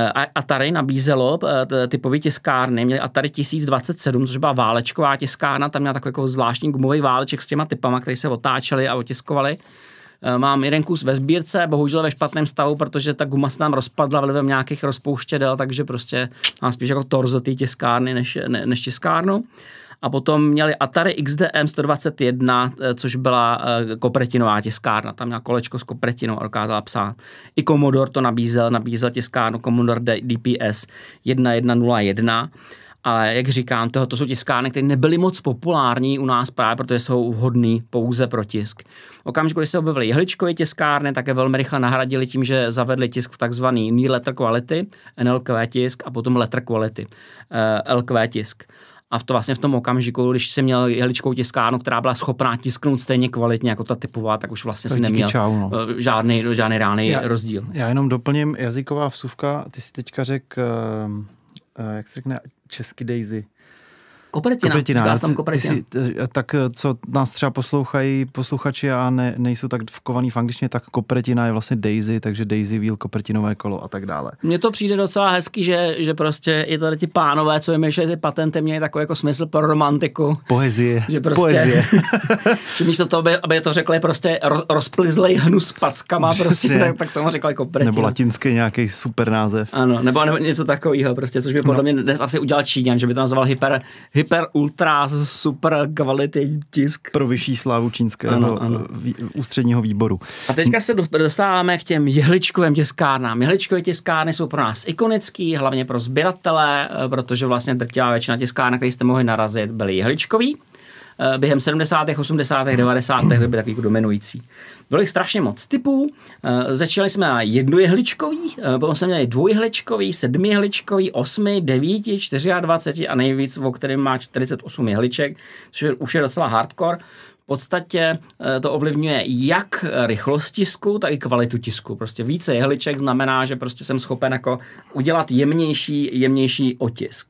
Atari nabízelo typové tiskárny, měli Atari tisíc dvacet sedm, což byla válečková tiskárna, tam měla takový jako zvláštní gumový váleček s těma typama, které se otáčely a otiskovali. Mám jeden kus ve sbírce, bohužel ve špatném stavu, protože ta guma se nám rozpadla vlivem nějakých rozpouštědel, takže prostě mám spíš jako torzo té tiskárny než, ne, než tiskárnu. A potom měli Atari X D M sto dvacet jedna, což byla kopretinová tiskárna. Tam měla kolečko s kopretinou a dokázala psát. I Commodore to nabízel, nabízel tiskárnu Commodore D P S jedna jedna nula jedna. Ale jak říkám, to, to jsou tiskárny, které nebyly moc populární u nás právě, protože jsou vhodný pouze pro tisk. Okamžiku, když se objevily jehličkové tiskárny, tak je velmi rychle nahradili tím, že zavedli tisk v takzvaný Near Letter Quality, N L Q tisk a potom Letter Quality, L Q tisk. A v to vlastně v tom okamžiku, když jsi měl jehličkovou tiskárnu, která byla schopná tisknout stejně kvalitně jako ta typová, tak už vlastně si neměl čau, no. žádný, žádný reálný já, rozdíl. Já jenom doplním jazyková vsuvka. Ty jsi teďka řekl, uh, uh, jak se řekne, český Daisy. Kopretina. Kopretina. Tam kopretina. Jsi, tak co nás třeba poslouchají posluchači a ne, nejsou tak vkovaný v angličtině, tak kopretina je vlastně Daisy, takže Daisy wheel, kopretinové kolo a tak dále. Mně to přijde docela hezký, že, že prostě i tady ti pánové, co vymýšleli ty patenty, měli takový jako smysl pro romantiku. Poezie. Že prostě, Poezie. že místo toho, aby, aby to řekli prostě rozplizlej hnus s packama, prostě, tak, tak tomu řekli kopretina. Nebo latinský nějaký super název. Ano, nebo, nebo něco takového, prostě, což by podle no. mě dnes asi udělal Číňan, že by to nazval hyper, hyper ultra super kvality tisk. Pro vyšší slávu čínského ano, ano. Vý, ústředního výboru. A teďka se dostáváme k těm jehličkovým tiskárnám. Jehličkové tiskárny jsou pro nás ikonický, hlavně pro sběratele, protože vlastně drtivá většina tiskárny, které jste mohli narazit, byly jehličkový. Během sedmdesátých, osmdesátých, devadesátých byly takový dominující. Bylo jich strašně moc typů. Začali jsme na jednojehličkový, potom jsme měli dvojjehličkový, sedmijehličkový, osmi, devíti, čtyřiadvaceti a nejvíc, o kterém má čtyřicet osm jehliček, což je, už je docela hardcore. V podstatě to ovlivňuje jak rychlost tisku, tak i kvalitu tisku. Prostě více jehliček znamená, že prostě jsem schopen jako udělat jemnější, jemnější otisk.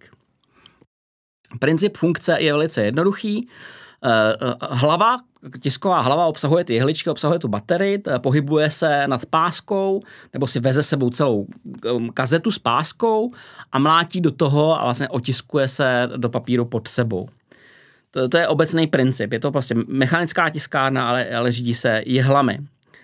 Princip funkce je velice jednoduchý. Hlava, tisková hlava obsahuje ty jehličky, obsahuje tu baterii, pohybuje se nad páskou nebo si veze sebou celou kazetu s páskou a mlátí do toho a vlastně otiskuje se do papíru pod sebou. To, to je obecný princip. Je to prostě mechanická tiskárna, ale, ale řídí se jehlami.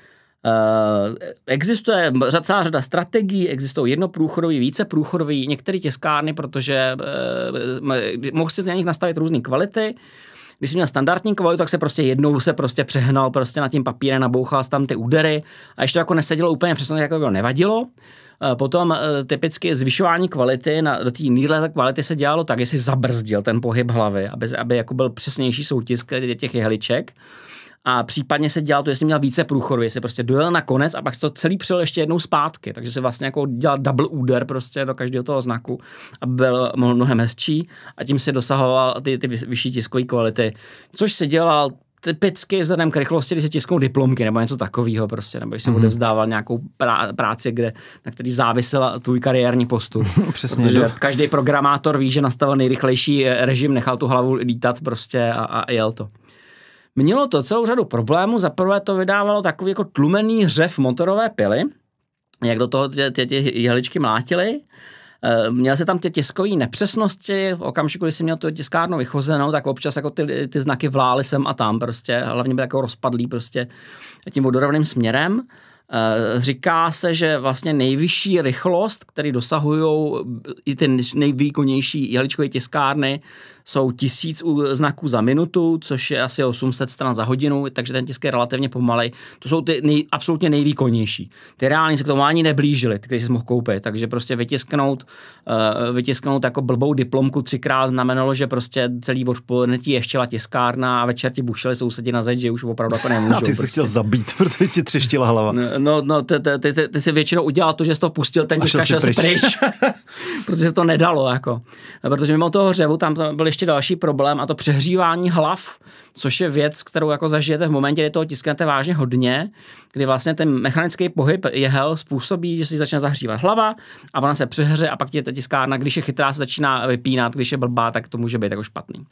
Uh, existuje celá řada strategií, existují jednoprůchodový, víceprůchodový, některé tiskárny, protože uh, mohl si na nich nastavit různé kvality. Když jsi měl standardní kvalitu, tak se prostě jednou se prostě přehnal prostě na tím papírem, nabouchal tam ty údery a ještě to jako nesedělo úplně přesně, jak to nevadilo. Uh, potom uh, typicky zvyšování kvality na, do té near kvality se dělalo tak, jestli zabrzdil ten pohyb hlavy, aby, aby jako byl přesnější soutisk těch jehliček. A případně se dělal to, jestli měl více průchodů, jestli prostě dojel na konec a pak se to celý přijel ještě jednou zpátky. Takže se vlastně jako dělal double úder prostě do každého toho znaku, aby byl mnohem hezčí a tím se dosahoval ty, ty vyšší tiskové kvality. Což se dělal typicky vzhledem k rychlosti, když se tisknou diplomky nebo něco takového prostě, nebo když se mm-hmm. odevzdával nějakou prá- práci, kde, na který závisel tvůj kariérní postup. Přesně. Protože každý programátor ví, že nastavil nejrychlejší režim, nechal tu hlavu lítat prostě a, a jel to. Mělo to celou řadu problémů. Za prvé to vydávalo takový jako tlumený řev motorové pily, jak do toho ty, ty, ty jehličky mlátily. Měl se tam ty tiskové nepřesnosti, v okamžiku, kdy jsi měl tu tiskárnu vychozenou, tak občas jako ty, ty znaky vlály sem a tam prostě, hlavně byly jako rozpadlý prostě tím vodorovným směrem. Říká se, že vlastně nejvyšší rychlost, který dosahují i ty nejvýkonnější jehličkové tiskárny, jsou tisíc znaků za minutu, což je asi osm set stran za hodinu, takže ten tisk je relativně pomalej. To jsou ty nej, absolutně nejvýkonnější. Ty reálně se k tomu ani neblížily, ty, kteří jsi mohl koupit. Takže prostě vytisknout, uh, vytisknout jako blbou diplomku třikrát znamenalo, že prostě celý odpoledne ti ještěla tiskárna a večer ti bušili sousedi na zeď, že už opravdu jako nemůžou. A ty jsi prostě chtěl zabít, protože ti třeštila hlava. No, no ty, ty, ty, ty, ty jsi většinou udělal to, že jsi to pustil, ten tisk šel si pryč. Protože se to nedalo, jako. Protože mimo toho hřevu tam byl ještě další problém, a to přehřívání hlav, což je věc, kterou jako zažijete v momentě, kdy toho tisknete vážně hodně, kdy vlastně ten mechanický pohyb jehel způsobí, že si začne zahřívat hlava a ona se přehře a pak ti ta tiskárna, když je chytrá, se začíná vypínat, když je blbá, tak to může být jako špatný.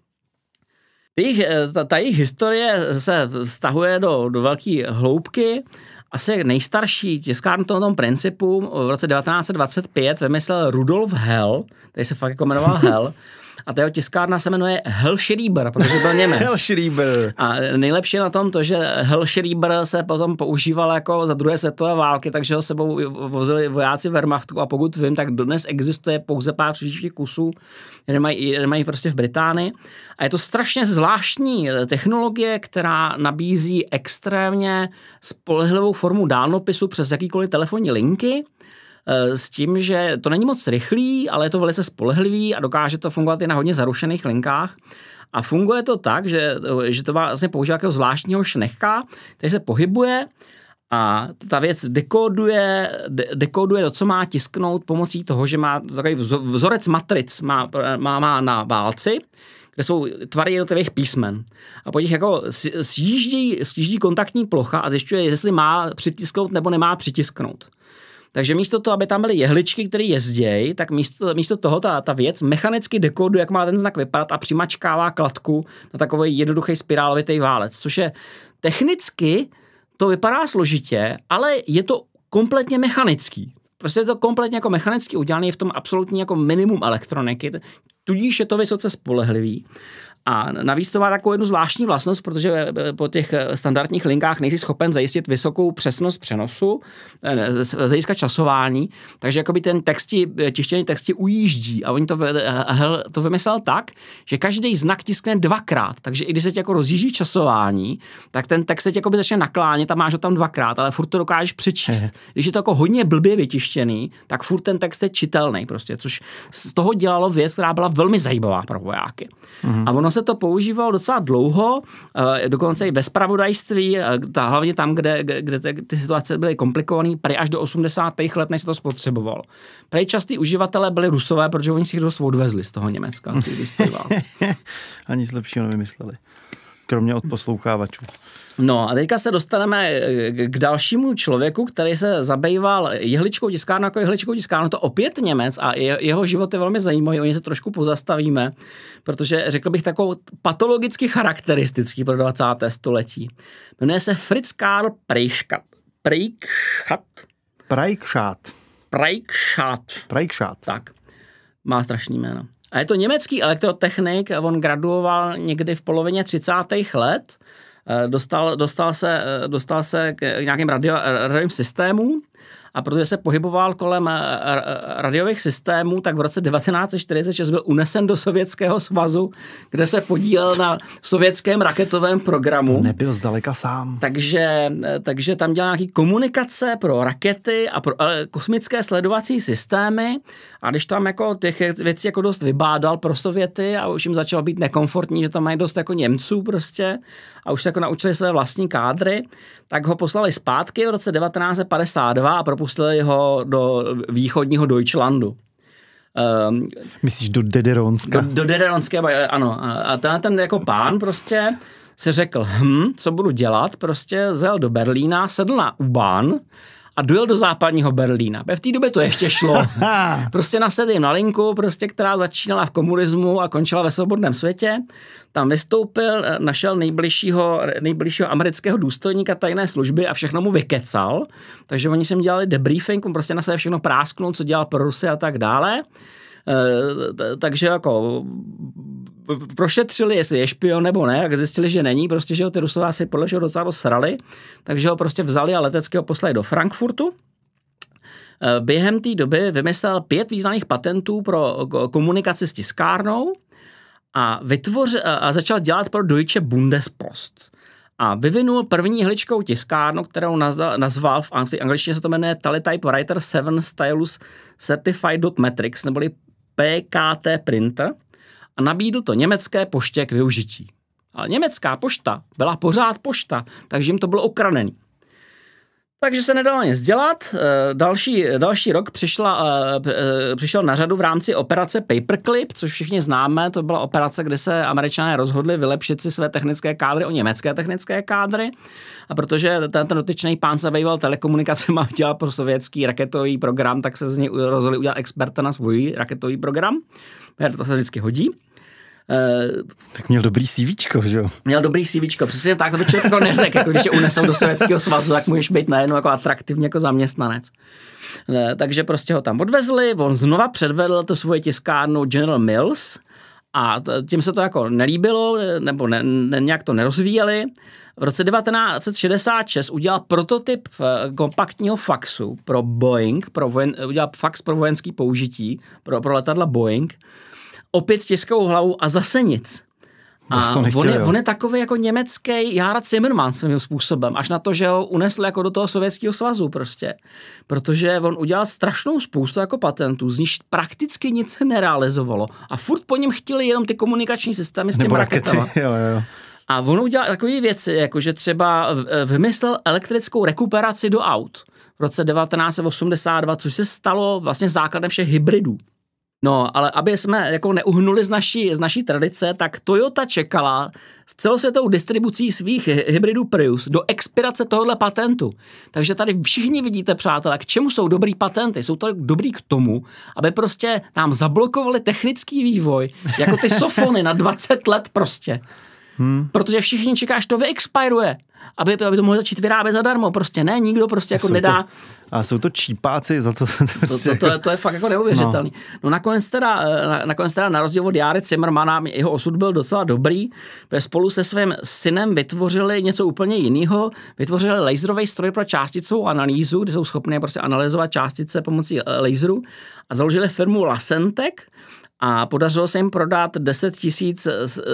Jejich, ta, ta jejich historie se vztahuje do, do velké hloubky. Asi nejstarší tiskárnu toho tom principu v roce devatenáct set dvacet pět vymyslel Rudolf Hell, který se fakt jako jmenoval Hell, a ta jeho tiskárna se jmenuje Hellschreiber, protože byl Němec. Hellschreiber. A nejlepší je na tom to, že Hellschreiber se potom používal jako za druhé světové války, takže ho sebou vozili vojáci Wehrmachtu a pokud vím, tak dodnes existuje pouze pár příštích kusů, které mají, mají prostě v Británii. A je to strašně zvláštní technologie, která nabízí extrémně spolehlivou formu dálnopisu přes jakýkoliv telefonní linky, s tím, že to není moc rychlý, ale je to velice spolehlivý a dokáže to fungovat i na hodně zarušených linkách. A funguje to tak, že, že to vlastně používá jako zvláštního šnechka, který se pohybuje a ta věc dekoduje, de, dekoduje to, co má tisknout pomocí toho, že má takový vzorec matric má, má, má na válci, kde jsou tvary jednotlivých písmen. A po nich jako sjíždí, sjíždí kontaktní plocha a zjišťuje, jestli má přitisknout nebo nemá přitisknout. Takže místo toho, aby tam byly jehličky, které jezdějí, tak místo, místo toho ta, ta věc mechanicky dekoduje, jak má ten znak vypadat a přimačkává kladku na takový jednoduchý spirálovitý válec, což je technicky, to vypadá složitě, ale je to kompletně mechanický. Prostě je to kompletně jako mechanicky udělané, v tom absolutní jako minimum elektroniky, tudíž je to vysoce spolehlivý. A navíc to má takovou jednu zvláštní vlastnost, protože po těch standardních linkách nejsi schopen zajistit vysokou přesnost přenosu, z hlediska časování, takže jakoby ten texti, tištěný texty ujíždí a oni to, to vymyslel tak, že každý znak tiskne dvakrát, takže i když se ti jako rozjíždí časování, tak ten text se ti jakoby začne naklánět a máš ho tam dvakrát, ale furt to dokážeš přečíst. Když je to jako hodně blbě vytištěný, tak furt ten text je čitelný prostě, což z toho dělalo věc, která byla velmi zajímavá pro vojáky. Mm-hmm. A ono se to používalo docela dlouho, dokonce i ve zpravodajství, hlavně tam, kde, kde ty situace byly komplikované, prej až do osmdesátých let, než se to spotřebovalo. Prej častý uživatelé byli Rusové, protože oni si jich dost odvezli z toho Německa. Z a nic lepšího nevymysleli. Kromě od poslouchávačů. No a teďka se dostaneme k dalšímu člověku, který se zabýval jehličkou tiskárnou jako jehličkou tiskárnou. To opět Němec a jeho život je velmi zajímavý. Oni se trošku pozastavíme, protože řekl bych takovou patologicky charakteristický pro dvacáté století. Jmenuje se Fritz Karl Preischat. Preischat. Preischat. Preischat. Preischat. Tak. Má strašný jméno. A je to německý elektrotechnik, on graduoval někdy v polovině třicátých let, dostal, dostal, se, dostal se k nějakým radio, radiovým systémům a protože se pohyboval kolem radiových systémů, tak v roce devatenáct set čtyřicet šest byl unesen do Sovětského svazu, kde se podílel na sovětském raketovém programu. To nebyl zdaleka sám. Takže, takže tam dělal nějaký komunikace pro rakety a pro kosmické sledovací systémy a když tam jako těch věcí jako dost vybádal pro Sověty a už jim začalo být nekomfortní, že to mají dost jako Němců prostě a už se jako naučili své vlastní kádry, tak ho poslali zpátky v roce devatenáct set padesát dva a propustili ho do východního Deutschlandu. Um, Myslíš do Dederonska? Do, do Dederonska, ano. A ten, ten jako pán prostě se řekl, hm, co budu dělat, prostě zjel do Berlína, sedl na U-Bahn a dojel do západního Berlína. V té době to ještě šlo. Prostě nasedl na linku, prostě, která začínala v komunismu a končila ve svobodném světě. Tam vystoupil, našel nejbližšího, nejbližšího amerického důstojníka tajné služby a všechno mu vykecal. Takže oni si dělali debriefing, on prostě na sebe všechno prásknul, co dělal pro Rusy a tak dále. Takže jako prošetřili, jestli je špion nebo ne, jak zjistili, že není, prostě, že ho ty Rusové si podle všeho docela dosrali, takže ho prostě vzali a letecky ho poslali do Frankfurtu. Během té doby vymyslel pět významných patentů pro komunikaci s tiskárnou a, vytvořil, a začal dělat pro Deutsche Bundespost. A vyvinul první jehličkou tiskárnu, kterou nazval, v angličtině se to jmenuje Teletypewriter sedm Stylus Certified Dot Matrix, neboli P K T printer, a nabídl to německé poště k využití. Ale německá pošta byla pořád pošta, takže jim to bylo ukradený. Takže se nedalo nic dělat. Další, další rok přišla, přišel na řadu v rámci operace Paperclip, což všichni známe. To byla operace, kde se Američané rozhodli vylepšit si své technické kádry o německé technické kádry. A protože ten, ten dotyčný pán se zabýval telekomunikacemi a dělal pro sovětský raketový program, tak se z něj rozhodli udělat experta na svůj raketový program. To se vždycky hodí. Uh, tak měl dobrý CVčko, že jo? Měl dobrý CVčko, přesně tak, to by člověk jako neřekl, jako když tě unesou do Sovětského svazu, tak můžeš být najednou jako atraktivní jako zaměstnanec. Uh, takže prostě ho tam odvezli, on znova předvedl tu svoji tiskárnu General Mills a tím se to jako nelíbilo, nebo ne, ne, nějak to nerozvíjeli. V roce devatenáct set šedesát šest udělal prototyp kompaktního faxu pro Boeing, pro vojen, udělal fax pro vojenský použití, pro, pro letadla Boeing, opět s tiskovou hlavou a zase nic. A on je, on je takový jako německý Jára Zimmermann svým způsobem, až na to, že ho unesl jako do toho Sovětského svazu prostě. Protože on udělal strašnou spoustu jako patentů, z níž prakticky nic se nerealizovalo. A furt po něm chtěli jenom ty komunikační systémy s těmi raketama. Jo, jo. A on udělal takové věci, jako že třeba vymyslel elektrickou rekuperaci do aut v roce devatenáct set osmdesát dva, což se stalo vlastně základem všech hybridů. No, ale aby jsme jako neuhnuli z naší, z naší tradice, tak Toyota čekala s celosvětovou distribucí svých hybridů Prius do expirace tohohle patentu. Takže tady všichni vidíte, přátelé, k čemu jsou dobrý patenty. Jsou to dobrý k tomu, aby prostě nám zablokovali technický vývoj, jako ty sofony na dvacet let prostě. Hmm. Protože všichni čeká, až to vyexpiruje, aby, aby to mohli začít vyrábět zadarmo. Prostě ne, nikdo prostě jako nedá. To, a jsou to čípáci za to. to, prostě to, to, to, je, to je fakt jako neuvěřitelný. No, no nakonec, teda, na, nakonec teda na rozdíl od Járy Zimmermana, jeho osud byl docela dobrý, protože spolu se svým synem vytvořili něco úplně jiného. Vytvořili laserový stroj pro částicovou analýzu, kde jsou schopni prostě analyzovat částice pomocí laseru, a založili firmu Lasentec. A podařilo se jim prodat deset tisíc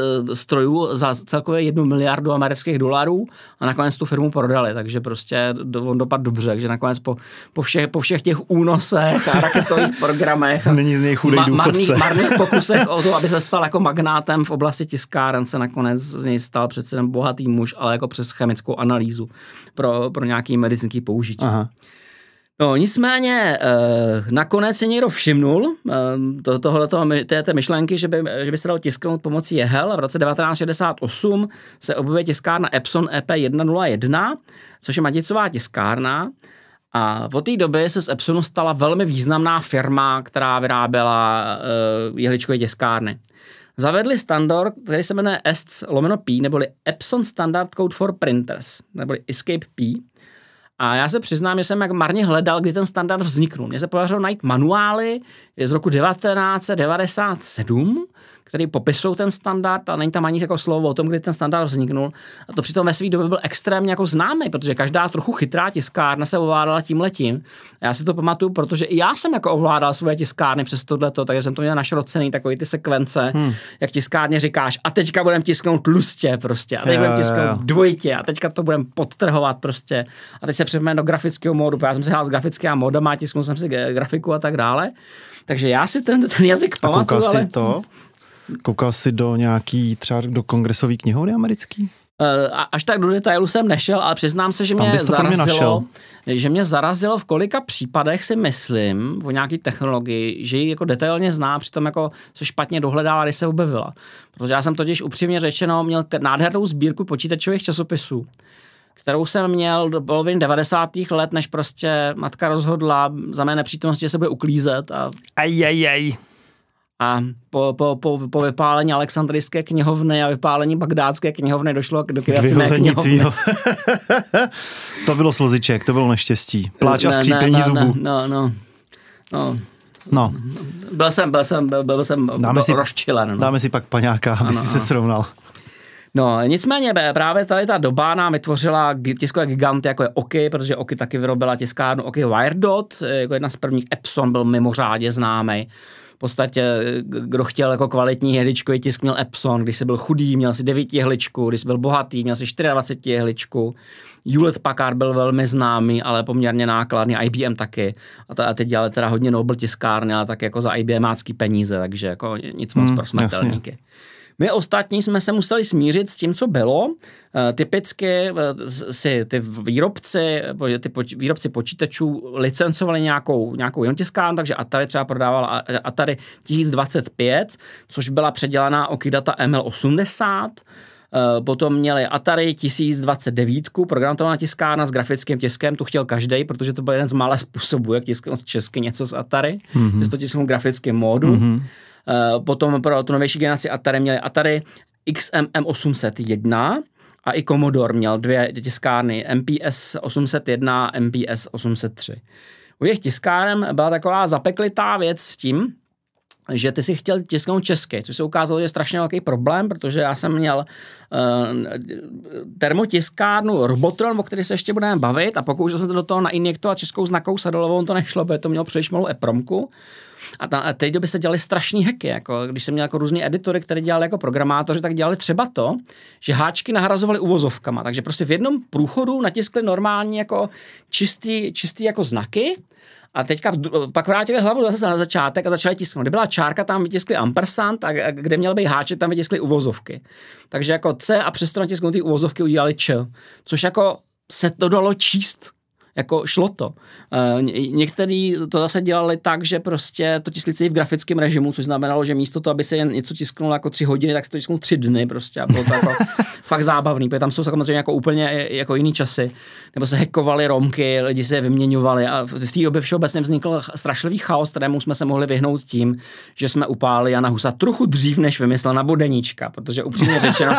strojů za celkově jednu miliardu amerických dolarů a nakonec tu firmu prodali, takže prostě on dopadl dobře, takže nakonec po, po, všech, po všech těch únosech a raketových programech a není z něj chudej důchodce. Marných, marných pokusech o to, aby se stal jako magnátem v oblasti tiskáren, se nakonec z něj stal přece jen bohatý muž, ale jako přes chemickou analýzu pro, pro nějaký medicínský použití. Aha. No nicméně eh, nakonec si někdo všimnul eh, to, tohleto, té, té myšlenky, že by, že by se dalo tisknout pomocí jehel. V roce devatenáct set šedesát osm se objevuje tiskárna Epson E P jedna nula jedna, což je maticová tiskárna. A od té doby se z Epsonu stala velmi významná firma, která vyráběla eh, jehličkové tiskárny. Zavedli standard, který se jmenuje E S C lomeno P, neboli Epson Standard Code for Printers, neboli Escape P. A já se přiznám, že jsem jak marně hledal, kdy ten standard vzniknul. Mně se podařilo najít manuály z roku devatenáct set devadesát sedm, který popisují ten standard, a není tam ani jako slovo o tom, kdy ten standard vzniknul. A to přitom ve své době byl extrémně jako známý, protože každá trochu chytrá tiskárna se ovládala tímhletím. Já si to pamatuju, protože i já jsem jako ovládal svoje tiskárny přes tohleto, takže jsem to měl našrocený, takový ty sekvence, hmm. jak tiskárně říkáš, a teďka budeme tisknout tlustě prostě, a teď budeme tisknout dvojitě, a teďka to budeme podtrhovat prostě. A teď se přepneme do grafického módu, já jsem se hrál s grafickým módem a tisknul jsem si grafiku a tak dále. Takže já si ten, ten jazyk pamatuju, ale... to? Koukal jsi do nějaký, třeba do kongresový knihovny americký? A, až tak do detailu jsem nešel, ale přiznám se, že mě zarazilo, že mě zarazilo v kolika případech si myslím o nějaký technologii, že ji jako detailně zná, přitom jako se špatně dohledává, když se objevila. Protože já jsem totiž upřímně řečeno měl nádhernou sbírku počítačových časopisů, kterou jsem měl do poloviny devadesátých let, než prostě matka rozhodla za mé nepřítomnosti, že se bude uklízet. A, aj, aj, aj. a po, po, po, po vypálení Alexandrijské knihovny a vypálení Bagdátské knihovny došlo k likvidaci mé knihovny. To bylo slziček, to bylo neštěstí. Pláč a Ne, skřípění ne, ne, zubů. No, no, no. No. Byl jsem, byl jsem, byl, byl jsem dáme si, rozčilen. No. Dáme si pak paňáka, aby ano, si se ano. srovnal. No, nicméně právě tady ta doba nám vytvořila tiskové giganty, jako je Oki, protože Oki taky vyrobila tiskárnu Oki Wiredot, jako jedna z prvních. Epson byl mimořádně známý. V podstatě, kdo chtěl jako kvalitní jehličkový tisk, měl Epson. Když jsi byl chudý, měl si devět jehličku, když jsi byl bohatý, měl si dvacet čtyři jehličku. Hewlett Packard byl velmi známý, ale poměrně nákladný, I B M taky. A, to, a teď dělali teda hodně Nobel tiskárny, ale tak jako za IBMácký peníze, takže jako nic moc hmm, pro smrtelníky. Jasně. My ostatní jsme se museli smířit s tím, co bylo. Typicky si ty výrobci, ty výrobci počítačů licencovali nějakou, nějakou jinou tiskárnu, takže Atari třeba prodávala Atari tisíc dvacet pět, což byla předělaná Okidata M L osmdesát. Potom měli Atari tisíc dvacet devět, programovaná tiskárna s grafickým tiskem, tu chtěl každej, protože to byl jeden z mála způsobů, jak tisknout česky něco z Atari, mm-hmm. že to tisknou v grafickém módu. Mm-hmm. Potom pro tu novější generaci Atari měli Atari X M M osm set jedna a i Commodore měl dvě tiskárny, M P S osm set jedna a M P S osm set tři. U jejich tiskáren byla taková zapeklitá věc s tím, že ty si chtěl tisknout česky, což se ukázalo, že je strašně velký problém, protože já jsem měl uh, termotiskárnu Robotron, o které se ještě budeme bavit, a pokoušel jsem do toho nainjektovat českou znakovou sadolovou, to nešlo, protože to mělo příliš malou EPROMku. A, ta, a té doby se dělaly strašný hacky, jako když jsem měl jako různý editory, které dělali jako programátoři, tak dělali třeba to, že háčky nahrazovali uvozovkama, takže prostě v jednom průchodu natiskli normálně jako čistý, čistý jako znaky. A teďka pak vrátili hlavu zase na začátek a začali tisknout. Kde byla čárka, tam vytiskli ampersand a kde měl být háček, tam vytiskli uvozovky. Takže jako C a přesto natisknutý uvozovky udělali Č, což jako se to dalo číst. Jako šlo to. Uh, některý to zase dělali tak, že prostě to tiskli celý v grafickém režimu, což znamenalo, že místo toho, aby se jen něco tisknulo jako tři hodiny, tak se to tisknulo tři dny prostě a bylo to jako fakt zábavný, protože tam jsou samozřejmě jako úplně jako jiný časy, nebo se hackovaly romky, lidi se je vyměňovali a v té době všeobecně vznikl strašlivý chaos, kterému jsme se mohli vyhnout tím, že jsme upálili Jana Husa trochu dřív, než vymyslel na Bodeníčka, protože upřímně řečeno,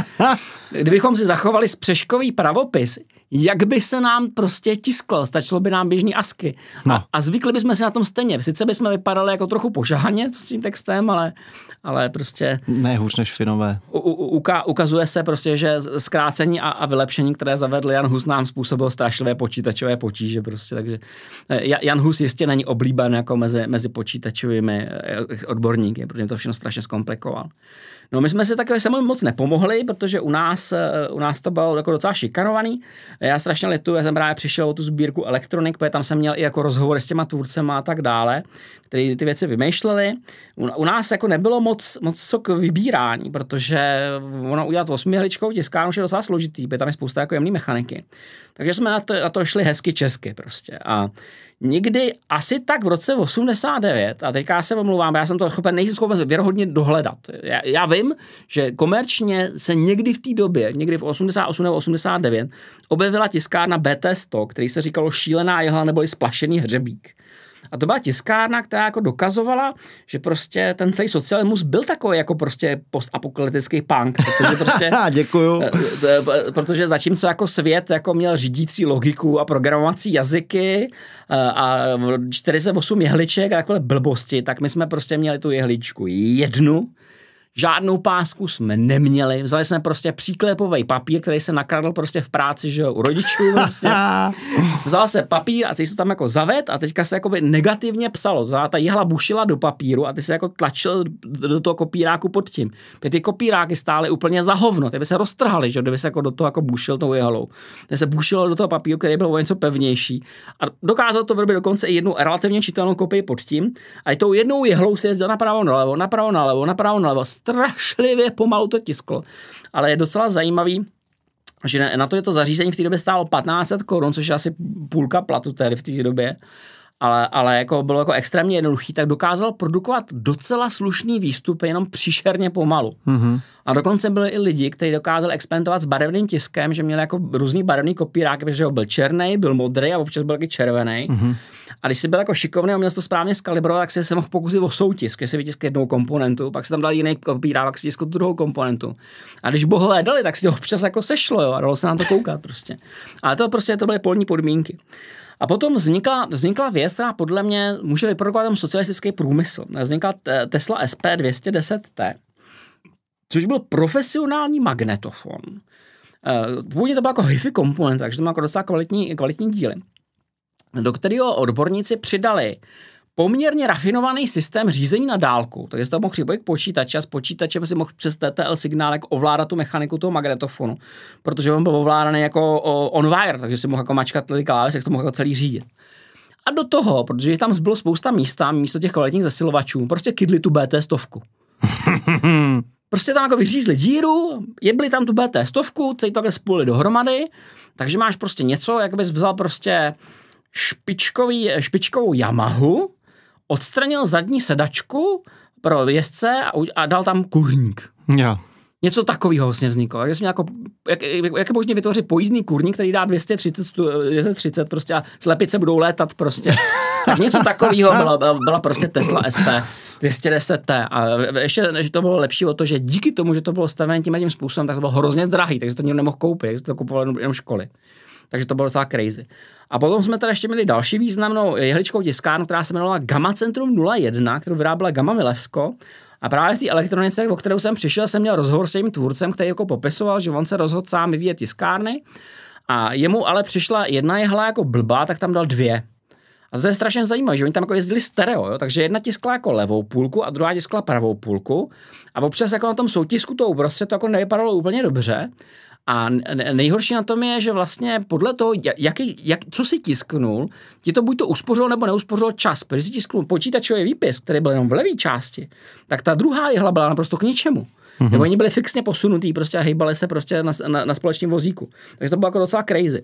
kdybychom si zachovali spřeškový pravopis, jak by se nám prostě tisklo, stačilo by nám běžný asky. No. A, a zvykli bychom si na tom stejně. Sice bychom vypadali jako trochu požáhaně s tím textem, ale, ale prostě... Ne hůř než Finové. U, u, uka, ukazuje se prostě, že zkrácení a, a vylepšení, které zavedl Jan Hus, nám způsobil strašlivé počítačové potíže prostě, takže Jan Hus jistě není oblíben jako mezi, mezi počítačovými odborníky, protože to všechno strašně zkomplikoval. No my jsme si takhle sami moc nepomohli, protože u nás, u nás to bylo jako docela šikanovaný. Já strašně lituju, já jsem právě přišel o tu sbírku elektronik, protože tam jsem měl i jako rozhovory s těma tvůrcema a tak dále, který ty věci vymýšleli. U, u nás jako nebylo moc, moc co k vybírání, protože ono udělat osmihličkou tiskárnu je docela složitý, protože tam je spousta jako jemný mechaniky. Takže jsme na to, na to šli hezky česky prostě. A někdy asi tak v roce osmdesát devět, a teďka se omlouvám, já jsem to schopen, nejsem schopen věrohodně dohledat. Já, já vím, že komerčně se někdy v té době, někdy v osmdesát osm nebo osmdesát devět, objevila tiskárna B T sto, který se říkalo šílená jehla neboli splašený hřebík. A to byla tiskárna, která jako dokazovala, že prostě ten celý socialismus byl takový jako prostě postapokalyptický punk, protože prostě děkuju. Protože zatímco jako svět jako měl řídící logiku a programovací jazyky a čtyřicet osm jehliček a takové blbosti, tak my jsme prostě měli tu jehličku jednu. Žádnou pásku jsme neměli, vzali jsme prostě příklepový papír, který se nakradl prostě v práci, že jo, u rodičů prostě. Vzal se papír a ty se tam jako zaved a teďka se jakoby negativně psalo. Ta jehla bušila do papíru a ty se jako tlačil do toho kopíráku pod tím. Ty kopíráky stály úplně za hovno, ty by se roztrhaly, že jo, kdyby se jako do toho jako bušil tou jehlou. Ty se bušilo do toho papíru, který byl o něco pevnější. A dokázal to vyrobit dokonce i jednu relativně čitelnou kopii pod tím. A i tou jednou jehlou se jezdil napravo nalevo, napravo nalevo, napravo nalevo. Strašlivě pomalu to tisklo. Ale je docela zajímavý, že na to je to zařízení v té době stálo patnáct set korun, což je asi půlka platu tady v té době. ale, ale jako bylo jako extrémně jednoduchý, tak dokázal produkovat docela slušný výstupy jenom příšerně pomalu. Mm-hmm. A dokonce byli i lidi, kteří dokázali experimentovat s barevným tiskem, že měli jako různý barevný kopíráky, protože byl černý, byl modrý a občas byl taky červený. Mm-hmm. A když jsi byl jako šikovný a měl to správně skalibrovat, tak si se mohl pokusit o soutisk, že si vytisk jednou komponentu, pak si tam dal jiný kopírák, pak si tiskl tu druhou komponentu. A když bohové dali, tak si to občas jako sešlo, jo, a dalo se na to koukat prostě. Ale to prostě to byly polní podmínky. A potom vznikla, vznikla věc, která podle mě může vyprodukovat tam socialistický průmysl. Vznikla Tesla S P dvě stě deset T, což byl profesionální magnetofon. Původně to byl jako hi-fi komponent, takže to má jako docela kvalitní, kvalitní díly, do kterého odborníci přidali poměrně rafinovaný systém řízení na dálku. Takže to mohl připojit k počítači a s počítačem si mohl přes T T L signálek ovládat tu mechaniku toho magnetofonu, protože on byl ovládaný jako on-wire, takže si mohl jako mačkat ty klávesy, jak to mohl jako celý řídit. A do toho, protože tam bylo spousta místa, místo těch kvalitních zesilovačů, prostě kydli tu B T stovku. Prostě tam jako vyřízli díru, jebli tam tu B T stovku, celý to takhle spojili dohromady, takže máš prostě něco, jak bys vzal prostě špičkový, špičkovou Yamahu, odstranil zadní sedačku pro jezdce a, a dal tam kurník. Ja. Něco takového vlastně vzniklo. Jak, jako, jak, jak je možné vytvořit pojízdný kurník, který dá dvě stě třicet, dvě stě třicet prostě a slepice budou létat prostě. Tak něco takového byla, byla prostě Tesla S P dvě stě deset T. A ještě že to bylo lepší o to, že díky tomu, že to bylo stavené tím a tím způsobem, tak to bylo hrozně drahý, takže to nikdo nemohl koupit, takže to kupovali jenom školy. Takže to bylo docela crazy. A potom jsme tady ještě měli další významnou jehličkou tiskárnu, která se jmenovala Gamma Centrum nula jedna, kterou vyráběla Gamma Milevsko. A právě v té elektronice, o kterou jsem přišel, jsem měl rozhovor s jejím tvůrcem, který jako popisoval, že on se rozhodl sám vyvíjet tiskárny. A jemu ale přišla jedna jehla jako blbá, tak tam dal dvě. A to je strašně zajímavé, že oni tam jako jezdili stereo, jo? Takže jedna tiskla jako levou půlku a druhá tiskla pravou půlku. A občas jako na tom soutisku to uprostřed to jako nevypadalo úplně dobře. A nejhorší na tom je, že vlastně podle toho, jaký, jak, co si tisknul, ti to buď to uspořilo nebo neuspořilo čas. Protože si tisknul počítačový výpis, který byl jenom v levé části, tak ta druhá jehla byla naprosto k ničemu. Mm-hmm. Nebo oni byli fixně posunutý prostě a hejbali se prostě na, na, na společném vozíku. Takže to bylo jako docela crazy.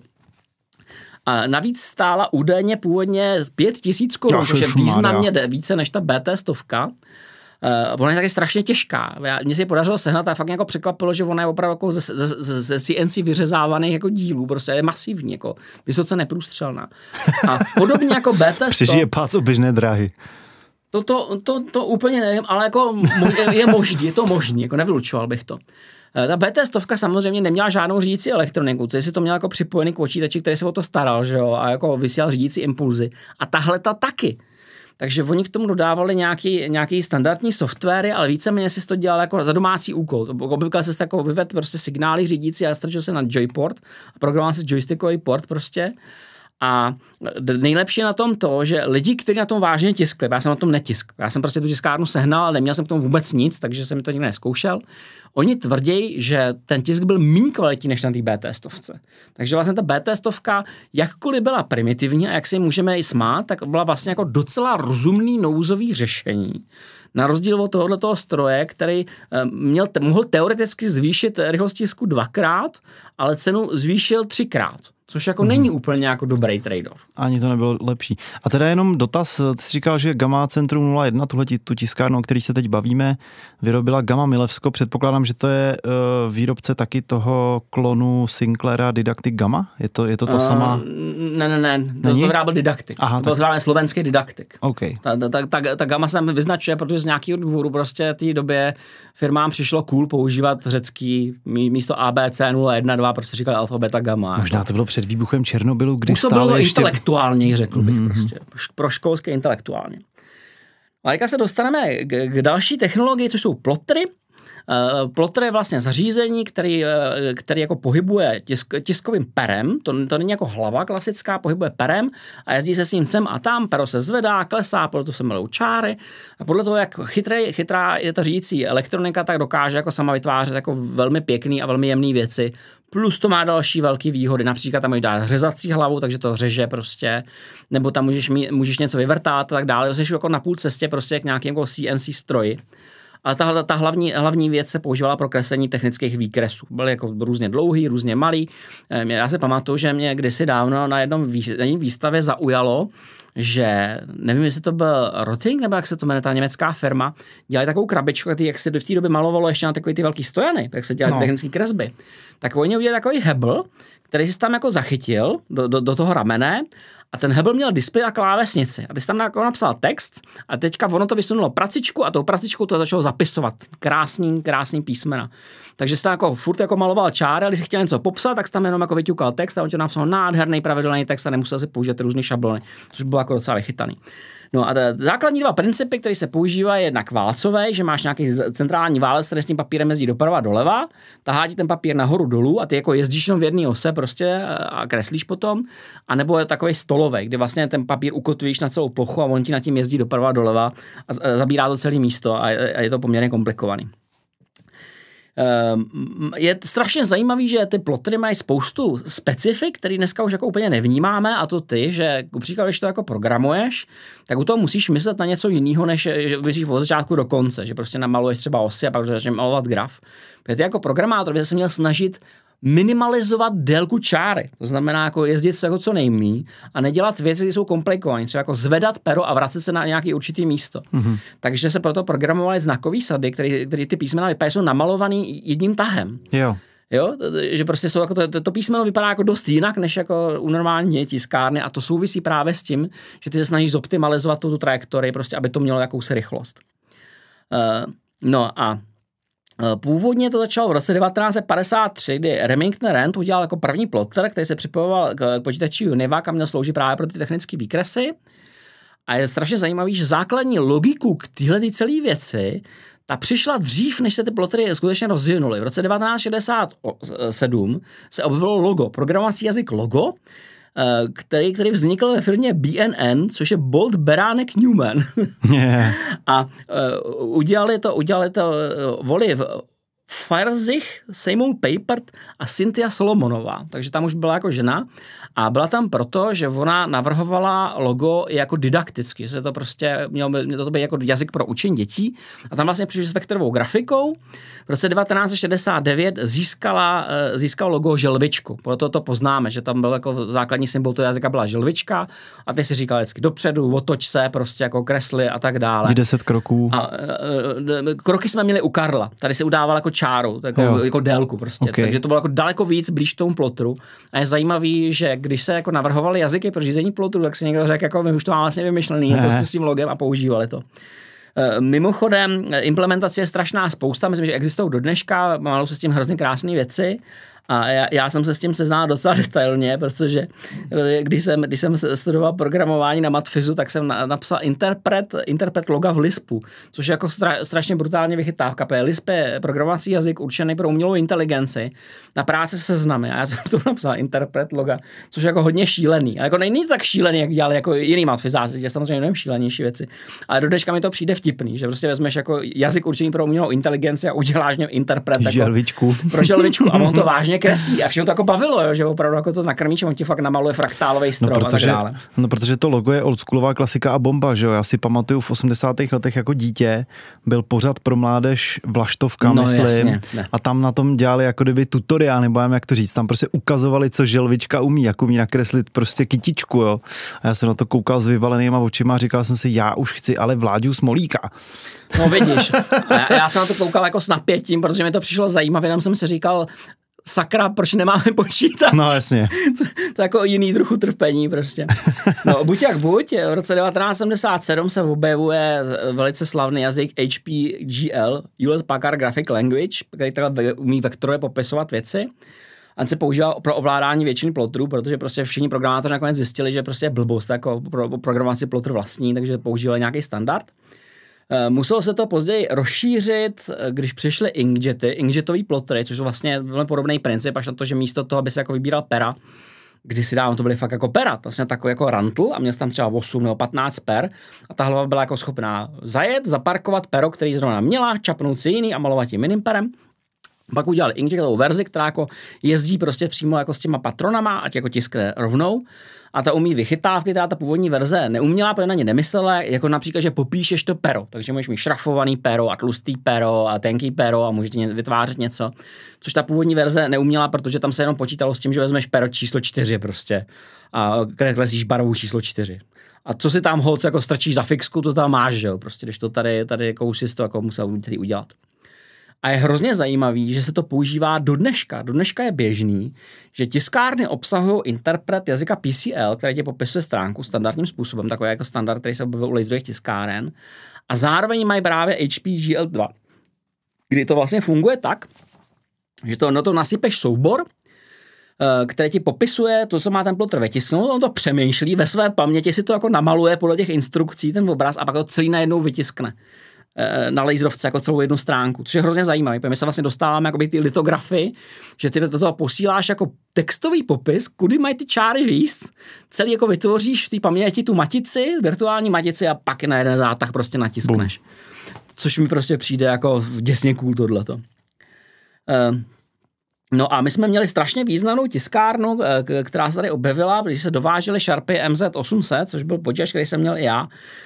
A navíc stála údajně původně pět tisíc korun, což je významně více než ta B T stovka. Uh, ona je taky strašně těžká. Mně se ji podařilo sehnat a fakt jako překvapilo, že ona je opravdu jako ze, ze, ze, ze C N C vyřezávaných jako dílů, prostě je masivní, jako vysoce neprůstřelná. A podobně jako B T sto... Přežije pác oběžné dráhy. To, to, to, to úplně nevím, ale jako je, je možný, je to možný, jako nevylučoval bych to. Ta B T stovka samozřejmě neměla žádnou řídící elektroniku, takže si to měla jako připojený k počítači, který se o to staral, že jo, a jako vysílal řídící impulzy. A tahle ta taky. Takže oni k tomu dodávali nějaký, nějaký standardní softwary, ale víceméně si to dělal jako za domácí úkol. Obvykle se jako vyvedl prostě signály řídící a strčil se na joyport a programoval se joystickový port prostě. A nejlepší je na tom to, že lidi, kteří na tom vážně tiskli, já jsem na tom netiskl, já jsem prostě tu tiskárnu sehnal, ale neměl jsem k tomu vůbec nic, takže jsem to nikdy nezkoušel. Oni tvrdí, že ten tisk byl méně kvalitní než na té B T stovce. Takže vlastně ta B T stovka, jakkoliv byla primitivní a jak si můžeme i smát, tak byla vlastně jako docela rozumný nouzový řešení. Na rozdíl od tohoto stroje, který měl, mohl teoreticky zvýšit rychlost tisku dvakrát, ale cenu zvýšil třikrát. Což jako mm. není úplně jako dobrý trade-off. Ani to nebylo lepší. A teda jenom dotaz, ty jsi říkal, že Gamma Centrum nula jedna, tuhle tu tiskárnu, o který se teď bavíme, vyrobila Gamma Milevsko. Předpokládám, že to je uh, výrobce taky toho klonu Sinclaira Didactic Gamma? Je to, je to ta uh, sama? Ne, ne, ne. To, to vyráběl Didactic. Aha, to byl vyráběl slovenský Didactic. Okay. Ta, ta, ta, ta, ta Gamma se tam vyznačuje, protože z nějakého důvodu prostě v té době firmám přišlo cool používat řecký místo A B C nula jedna dva, prostě říkali alfa, beta, gamma. Možná to bylo před výbuchem Černobylu, kdy Působilo stále ještě... intelektuálně, řekl bych mm-hmm. prostě. Pro školské intelektuálně. A teďka se dostaneme k, k další technologii, což jsou plotry. Uh, plotter je vlastně zařízení, který, uh, který jako pohybuje tisk, tiskovým perem, to, to není jako hlava klasická, pohybuje perem a jezdí se s ním sem a tam, pero se zvedá, klesá, podle toho se melou čáry a podle toho, jak chytrý, chytrá je ta řídící elektronika, tak dokáže jako sama vytvářet jako velmi pěkný a velmi jemný věci. Plus to má další velké výhody, například tam můžeš dát řezací hlavu, takže to řeže prostě, nebo tam můžeš, mít, můžeš něco vyvrtat a tak dále, jsi jako na půl cestě prostě k nějakým jako C N C stroji. Ale ta, ta hlavní, hlavní věc se používala pro kreslení technických výkresů. Byly jako různě dlouhý, různě malý. Já se pamatuju, že mě kdysi dávno na jednom výstavě zaujalo, že nevím, jestli to byl Rotting, nebo jak se to jmenuje, ta německá firma, dělali takovou krabičku, jak se v té době malovalo ještě na takový ty velký stojany, jak se dělaly no. technické kresby. Tak oni udělali takový hebl, který si tam jako zachytil do, do, do toho ramene a ten hebl měl displej a klávesnici. A ty jsi tam jako napsal text a teďka ono to vysunulo pracičku a tou pracičkou to začalo zapisovat. Krásný, krásný písmena. Takže jsi tam jako furt jako maloval čáry, a když jsi chtěl něco popsat, tak jsi tam jenom jako vyťukal text a on ti napsal nádherný pravidelný text a nemusel si použít různé šablony, což bylo jako docela vychytaný. No a základní dva principy, které se používají, je jednak válcový, že máš nějaký centrální válec, který s tím papírem jezdí doprava doleva, tahá ti ten papír nahoru dolů a ty jako jezdíš jenom v jedné ose prostě a kreslíš potom, a nebo je takový stolový, kdy vlastně ten papír ukotvíš na celou plochu a on ti na tím jezdí doprava doleva a zabírá to celé místo a je to poměrně komplikovaný. Je strašně zajímavý, že ty plotry mají spoustu specifik, který dneska už jako úplně nevnímáme, a to ty, že kupříklad, když to jako programuješ, tak u toho musíš myslet na něco jiného, než že myslíš od začátku do konce, že prostě namaluješ třeba osy a pak začneš malovat graf. Protože ty jako programátor by se měl snažit minimalizovat délku čáry. To znamená jako jezdit se jako co nejmí a nedělat věci, které jsou komplikované. Třeba jako zvedat pero a vracet se na nějaký určitý místo. Mm-hmm. Takže se proto programovaly znakový sady, které, které ty písmena vypadají, jsou namalovaný jedním tahem. Jo. Jo, že prostě jsou jako to, to písmeno vypadá jako dost jinak, než jako u normální tiskárny, a to souvisí právě s tím, že ty se snažíš zoptimalizovat tu, tu trajektorii, prostě, aby to mělo jakousi rychlost. Uh, no a původně to začalo v roce devatenáct set padesát tři, kdy Remington Rand udělal jako první plotter, který se připojoval k počítači Univac a měl sloužit právě pro ty technické výkresy. A je strašně zajímavý, že základní logiku k téhle celé věci, ta přišla dřív, než se ty plottery skutečně rozvinuly. V roce devatenáct set šedesát sedm se objevilo logo, programovací jazyk Logo, který, který vznikl ve firmě B N N, což je Bolt Beranek Newman. Yeah. A uh, udělali to, udělali to uh, Voli Ferzich, Simon Papert a Cynthia Solomonová. Takže tam už byla jako žena a byla tam proto, že ona navrhovala logo jako didakticky, že se to prostě mělo, mělo to být jako jazyk pro učení dětí, a tam vlastně přišli s vektorovou grafikou. V roce devatenáct set šedesát devět získala, získal logo želvičku. Proto to poznáme, že tam byl jako základní symbol toho jazyka byla želvička a ty si říkal vždycky dopředu, otoč se, prostě jako kresly a tak dále. deset kroků. A, kroky jsme měli u Karla. Tady se udával jako čáru, jako, jako délku prostě. Okay. Takže to bylo jako daleko víc blíž tomu plotru. A je zajímavý, že když se jako navrhovaly jazyky pro řízení plotru, tak si někdo řekl, jako my už to máme vlastně vymyšlený prostě s tím logem, a používali to. Mimochodem, implementace je strašná spousta, myslím, že existují do dneška, malou se s tím hrozně krásné věci. A já, já jsem se s tím seznal docela detailně, protože když jsem, když jsem studoval programování na Matfizu, tak jsem na, napsal interpret, interpret loga v Lispu, což je jako stra, strašně brutálně vychytávka. Lisp je programovací jazyk určený pro umělou inteligenci na práci se seznamy. A já jsem to napsal interpret loga, což je jako hodně šílený. A jako není to tak šílený, jak dělali jako jiný matfizáci, je samozřejmě nevím šílenější věci. Ale do dneška mi to přijde vtipný, že prostě vezmeš jako jazyk určený pro umělou inteligenci a uděláš něm interpret želvičku. Jako pro želvičku, a on to vážně kreslí a všechno to jako bavilo, jo, že opravdu jako to nakrmíš, on ti fakt namaluje fraktálový strom, no, protože, a tak dále. No, protože to logo je oldschoolová klasika a bomba, že jo. Já si pamatuju v osmdesátých letech jako dítě byl pořad pro mládež Vlaštovka, no, myslím. Jasně, a tam na tom dělali jako kdyby tutoriál, nebo jak to říct, tam prostě ukazovali, co želvička umí, jak umí nakreslit prostě kytičku, jo. A já jsem na to koukal s vyvalenýma očima a říkal jsem si, já už chci ale Vláďu Smolíka. No vidíš, já, já jsem na to koukal jako s napětím, protože mi to přišlo zajímavé, tam jsem si říkal, sakra, proč nemáme počítač? No jasně. To, to je jako jiný druh utrpení prostě. No buď jak buď, v roce devatenáct set sedmdesát sedm se objevuje velice slavný jazyk H P G L, Hewlett Packard Graphic Language, který takhle umí vektorově popisovat věci. A se používal pro ovládání většiny plotrů, protože prostě všichni programátoři nakonec zjistili, že prostě je blbost jako pro programaci plotr vlastní, takže používali nějaký standard. Muselo se to později rozšířit, když přišly inkjety, inkjetový plotry, což je vlastně velmi podobný princip, až na to, že místo toho, aby se jako vybíral pera, kdysi dávno to byly fakt jako pera, vlastně takový jako rantl a měl tam třeba osm nebo patnáct per a ta hlava byla jako schopná zajet, zaparkovat pero, který zrovna měla, čapnout si jiný a malovat tím jiným perem. Pak udělali inkjetovou verzi, která jako jezdí prostě přímo jako s těma patronama, ať jako tiskne rovnou. A ta umí vychytávky, která ta původní verze neuměla, protože na ně nemyslela, jako například, že popíšeš to pero. Takže můžeš mít šrafovaný pero a tlustý pero a tenký pero a můžete vytvářet něco. Což ta původní verze neuměla, protože tam se jenom počítalo s tím, že vezmeš pero číslo čtyři prostě a kreslíš barvu číslo čtyři. A co si tam holc jako strčíš za fixku, to tam máš, že jo, prostě, když to tady, tady kousis to jako musel udělat. A je hrozně zajímavý, že se to používá do dneška. Do dneška je běžný, že tiskárny obsahují interpret jazyka P C L, který tě popisuje stránku standardním způsobem, takový jako standard, který se objevil u laserových tiskáren. A zároveň mají právě H P G L dva, kdy to vlastně funguje tak, že to, no to nasypeš soubor, který ti popisuje to, co má ten plotter vytisknout, on to přemýšlí, ve své paměti si to jako namaluje podle těch instrukcí, ten obraz, a pak to celý najednou vytiskne na laserovce jako celou jednu stránku, což je hrozně zajímavé, protože my se vlastně dostáváme jakoby ty litografy, že ty do toho posíláš jako textový popis, kudy mají ty čáry výst, celý jako vytvoříš v té paměti tu matici, virtuální matici a pak na jeden zátah prostě natiskneš. Bum. Což mi prostě přijde jako děsně cool tohleto. Uh, No a my jsme měli strašně významnou tiskárnu, která se tady objevila, když se dovážely Sharpie M Z osm set, což byl počítač, který jsem měl i já.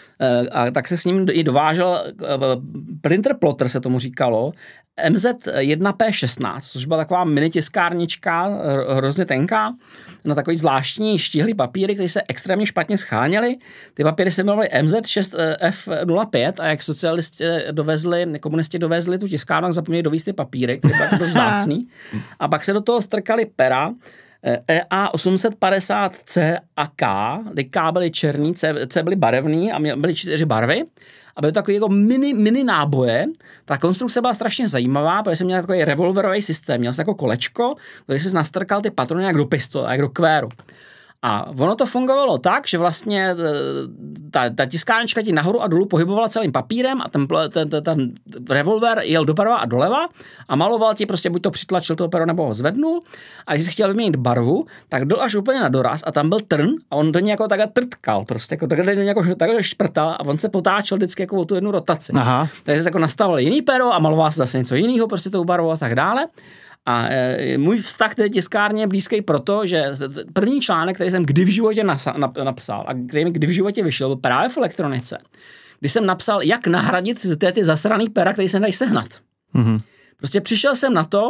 A tak se s ním i dovážel printer plotter, se tomu říkalo, M Z jedna P šestnáct, což byla taková mini tiskárnička, hrozně tenká, na takový zvláštní štíhlý papíry, které se extrémně špatně scháněly. Ty papíry se jmenovaly M Z šest F nula pět a jak socialisti dovezli, komunisti dovezli tu tiskárnu, zapomněli dovízt ty papíry, které byly dost vzácný. A pak se do toho strkali pera, E A osm set padesát C a K, ty K byly černý, C, C byly barevný a byly čtyři barvy a byly takový jako mini, mini náboje. Ta konstrukce byla strašně zajímavá, protože jsem měl takový revolverový systém, měl jsem jako kolečko, který se nastrkal ty patrony jak do pistole, jak do kvéru. A ono to fungovalo tak, že vlastně ta, ta tiskárnička ti nahoru a dolů pohybovala celým papírem a ten, ten, ten, ten revolver jel doprava a doleva a maloval ti prostě buď to přitlačil toho pero nebo ho zvednul a když jsi chtěl vyměnit barvu, tak dol až úplně na doraz a tam byl trn a on do něj jako takhle trtkal, prostě jako takhle, jako, takhle šprtal a on se potáčel vždycky jako o tu jednu rotaci. Aha. Takže se jako nastavil jiný pero a maloval se zase něco jiného, prostě tou barvou a tak dále. A e, můj vztah k té tiskárně je blízký proto, že první článek, který jsem kdy v životě nasa- napsal a který mi kdy v životě vyšel, byl právě v elektronice, kdy jsem napsal, jak nahradit ty, ty zasraný pera, který se dají sehnat. Mm-hmm. Prostě přišel jsem na to,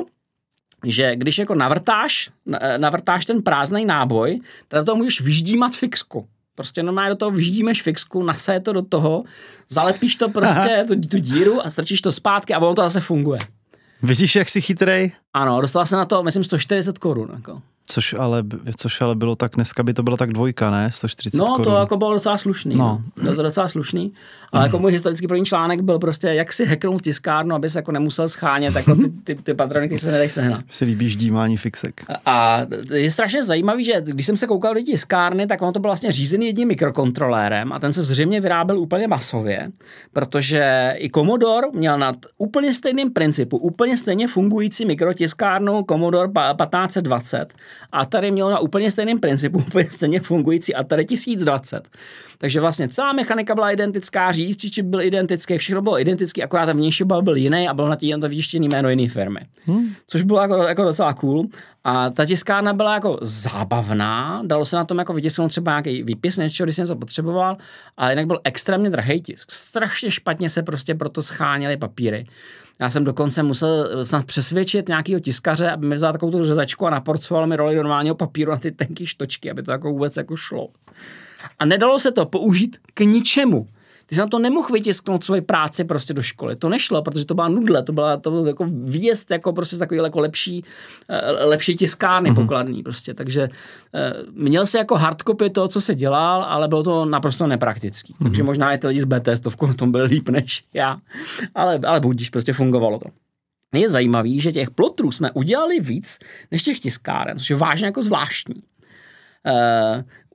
že když jako navrtáš, navrtáš ten prázdnej náboj, tak do toho můžeš vyždímat fixku. Prostě normálně do toho vyždímeš fixku, nasaje to do toho, zalepíš to prostě, tu, tu díru a strčíš to zpátky a ono to zase funguje. Vidíš, jak jsi chytrej? Ano, dostala se na to, myslím, sto čtyřicet korun. Jako. Což ale, což ale bylo tak, dneska by to bylo tak dvojka, ne? sto čtyřicet korun. No, to jako bylo docela slušný. No. Bylo to docela slušný. Ale jako můj historický první článek byl prostě, jak si hacknout tiskárnu, aby se jako nemusel schánět jako ty, ty, ty patrony, které se nedají sehnat. Se líbí ždímání fixek. A je strašně zajímavý, že když jsem se koukal do tiskárny, tak ono to bylo vlastně řízený jedním mikrokontrolérem a ten se zřejmě vyráběl úplně masově, protože i Commodore měl nad úplně stejným principu, úplně stejně fungující mikrotiskárnu Commodore patnáct set dvacet. A tady měl na úplně stejném principu, úplně stejně fungující Atari tisíc dvacet. Takže vlastně celá mechanika byla identická, řídící byl identický, všechno bylo identický, akorát ten vnější bal byl jiný a byl na tím to vytištěný jméno jiné firmy. Hmm. Což bylo jako, jako docela cool. A ta tiskárna byla jako zábavná, dalo se na tom jako vytisknout třeba nějaký výpis, něčeho, když jsem něco potřeboval, ale jinak byl extrémně drahý tisk. Strašně špatně se prostě proto scháněly papíry. Já jsem dokonce musel snad přesvědčit nějakýho tiskaře, aby mi vzal takovou tu řezačku a naporcoval mi roli normálního papíru na ty tenký štočky, aby to jako vůbec jako šlo. A nedalo se to použít k ničemu. Ty jsi na to nemohl vytisknout svoji práci prostě do školy. To nešlo, protože to byla nudle, to byla to byl jako výjezd jako prostě z takový jako lepší, lepší tiskárny mm-hmm. pokladný prostě. Takže měl se jako hardcopy toho, co se dělal, ale bylo to naprosto nepraktický. Mm-hmm. Takže možná i ty lidi z B T stovku na tom byli líp než já. Ale, ale budíš, prostě fungovalo to. Je zajímavý, že těch plotrů jsme udělali víc než těch tiskáren, což je vážně jako zvláštní. Uh,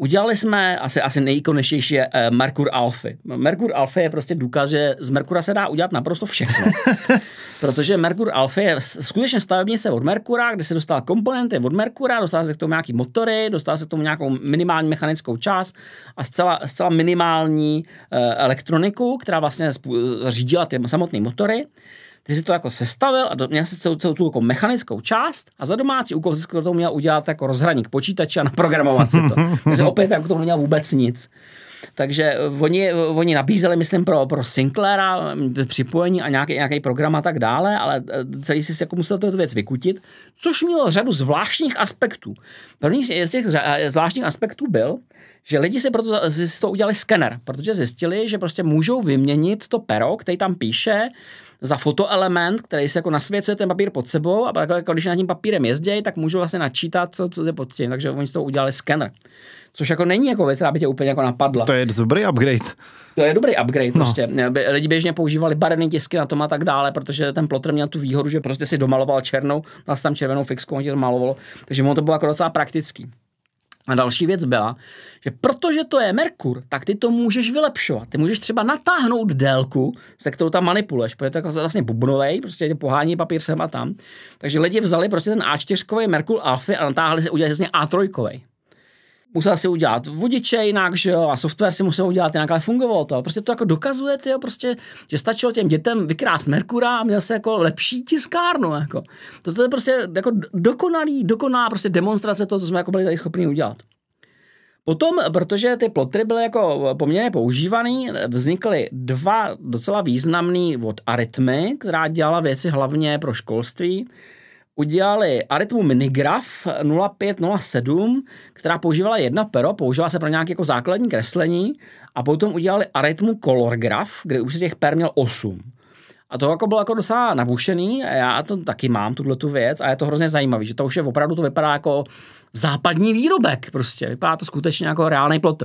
Udělali jsme asi, asi nejikoničtější je uh, Merkur Alphy. Merkur Alphy je prostě důkaz, že z Merkura se dá udělat naprosto všechno. Protože Merkur Alphy je skutečně stavebnice od Merkura, kde se dostala komponenty od Merkura, dostala se k tomu nějaký motory, dostala se k tomu nějakou minimální mechanickou část a zcela, zcela minimální uh, elektroniku, která vlastně řídila ty samotné motory. Ty si to jako sestavil a měl si celou, celou tu jako mechanickou část a za domácí úkol si to měl udělat jako rozhraní k počítači a naprogramovat si to. Takže opět jako to neměl vůbec nic. Takže oni, oni nabízeli, myslím, pro, pro Sinclaira připojení a nějaký, nějaký program a tak dále, ale celý si jako musel tu věc vykutit, což mělo řadu zvláštních aspektů. První z těch zvláštních aspektů byl, že lidi si proto si to udělali skener, protože zjistili, že prostě můžou vyměnit to pero, který tam píše, za fotoelement, který se jako nasvěcuje ten papír pod sebou a jako když nad tím papírem jezdějí, tak můžou vlastně načítat, co, co je pod tím. Takže oni z toho udělali skener. Což jako není jako věc, která by tě úplně jako napadla. To je dobrý upgrade. To je dobrý upgrade no. Prostě. Lidi běžně používali barevné tisky na tom a tak dále, protože ten plotter měl tu výhodu, že prostě si domaloval černou, dal si tam červenou fixku, on ti to malovalo. Takže ono to bylo jako docela praktický. A další věc byla, že protože to je Merkur, tak ty to můžeš vylepšovat. Ty můžeš třeba natáhnout délku, se kterou tam manipuluješ, protože to je vlastně bubnovej, prostě tě pohání papír sem a tam. Takže lidi vzali prostě ten á čtyři Merkur Alphy a natáhli se udělat vlastně á tři. Musel si udělat vodiče jinak, že jo, a software si musel udělat jinak, ale fungovalo to. Prostě to jako dokazuje, tyjo, prostě, že stačilo těm dětem vykrást Merkura a měl se jako lepší tiskárnu, jako. To, to je prostě jako dokonalý, dokonalá prostě demonstrace toho, co jsme jako byli tady schopni udělat. Potom, protože ty plotry byly jako poměrně používaný, vznikly dva docela významný od Arytmy, která dělala věci hlavně pro školství. Udělali Arytmu Minigraf nula pět nula sedm, která používala jedna pero, používala se pro nějaké jako základní kreslení a potom udělali Arytmu Colorgraf, kde už těch per měl osm. A to jako bylo jako docela nabušený a já to taky mám, tuhletu věc a je to hrozně zajímavý, že to už je opravdu, to vypadá jako západní výrobek prostě, vypadá to skutečně jako reálný plotter.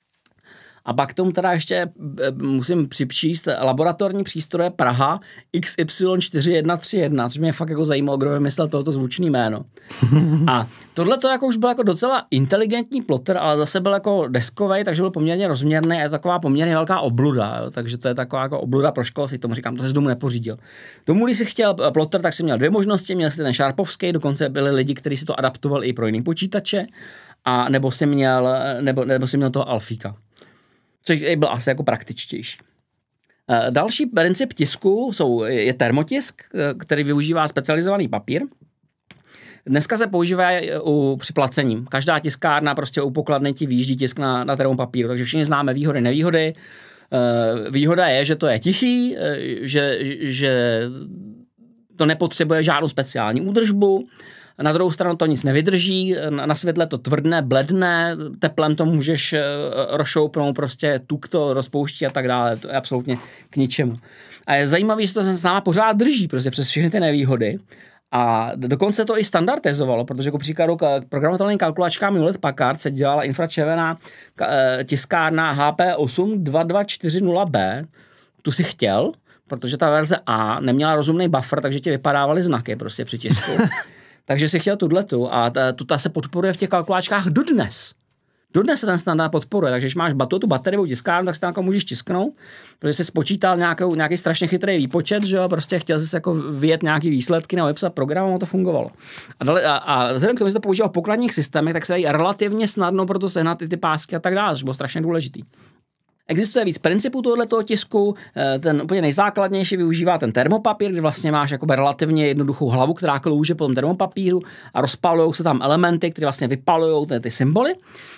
A pak tomu teda ještě musím připčíst laboratorní přístroje Praha X Y čtyři jedna tři jedna, což mě fakt jako zajímalo, kdo vymyslel tohoto zvučný jméno. A tohle to jako už byl jako docela inteligentní plotter, ale zase byl jako deskovej, takže byl poměrně rozměrný a je to taková poměrně velká obluda, jo? Takže to je taková jako obluda pro školu, si tomu říkám, to se z domu nepořídil. Domů, když si chtěl plotter, tak si měl dvě možnosti, měl si ten šarpovský, dokonce byli lidi, kteří si to adaptovali i pro jiný počítače, a nebo si měl, nebo, nebo si měl toho Alfíka. Což byl asi jako praktičtější. Další princip tisku jsou, je termotisk, který využívá specializovaný papír. Dneska se používá u připlacení. Každá tiskárna prostě u pokladny ti vyjíždí tisk na, na termopapíru, takže všichni známe výhody, nevýhody. Výhoda je, že to je tichý, že, že to nepotřebuje žádnou speciální údržbu. Na druhou stranu to nic nevydrží, na světle to tvrdne, bledne, teplem to můžeš rozšoupnout, prostě tuk to rozpouští a tak dále, to je absolutně k ničemu. A je zajímavé, že to se s náma pořád drží, prostě přes všechny ty nevýhody. A dokonce to i standardizovalo, protože jako příkladu k programovatelným kalkulačkám Hewlett Packard se dělala infračervená tiskárna H P osm dva dva čtyři nula B, tu si chtěl, protože ta verze A neměla rozumný buffer, takže ti vypadávaly znaky prostě při tisku. Takže si chtěl tudletu a ta, ta se podporuje v těch kalkuláčkách dodnes. Dodnes se ten standard podporuje, takže když máš batu, tu bateriovou tiskárnu, tak si tam jako můžeš tisknout, protože jsi spočítal nějakou, nějaký strašně chytrý výpočet, že jo, prostě chtěl jsi jako vyjet nějaký výsledky nebo vypsat program a to fungovalo. A, dali, a, a vzhledem k tomu, že to používal v pokladních systémech, tak se dají relativně snadno proto sehnat i ty pásky a tak dále, což bylo strašně důležitý. Existuje víc principů tohoto tisku, ten úplně nejzákladnější využívá ten termopapír, kdy vlastně máš jakoby relativně jednoduchou hlavu, která klouže po tom termopapíru a rozpalujou se tam elementy, které vlastně vypalují ty, ty symboly.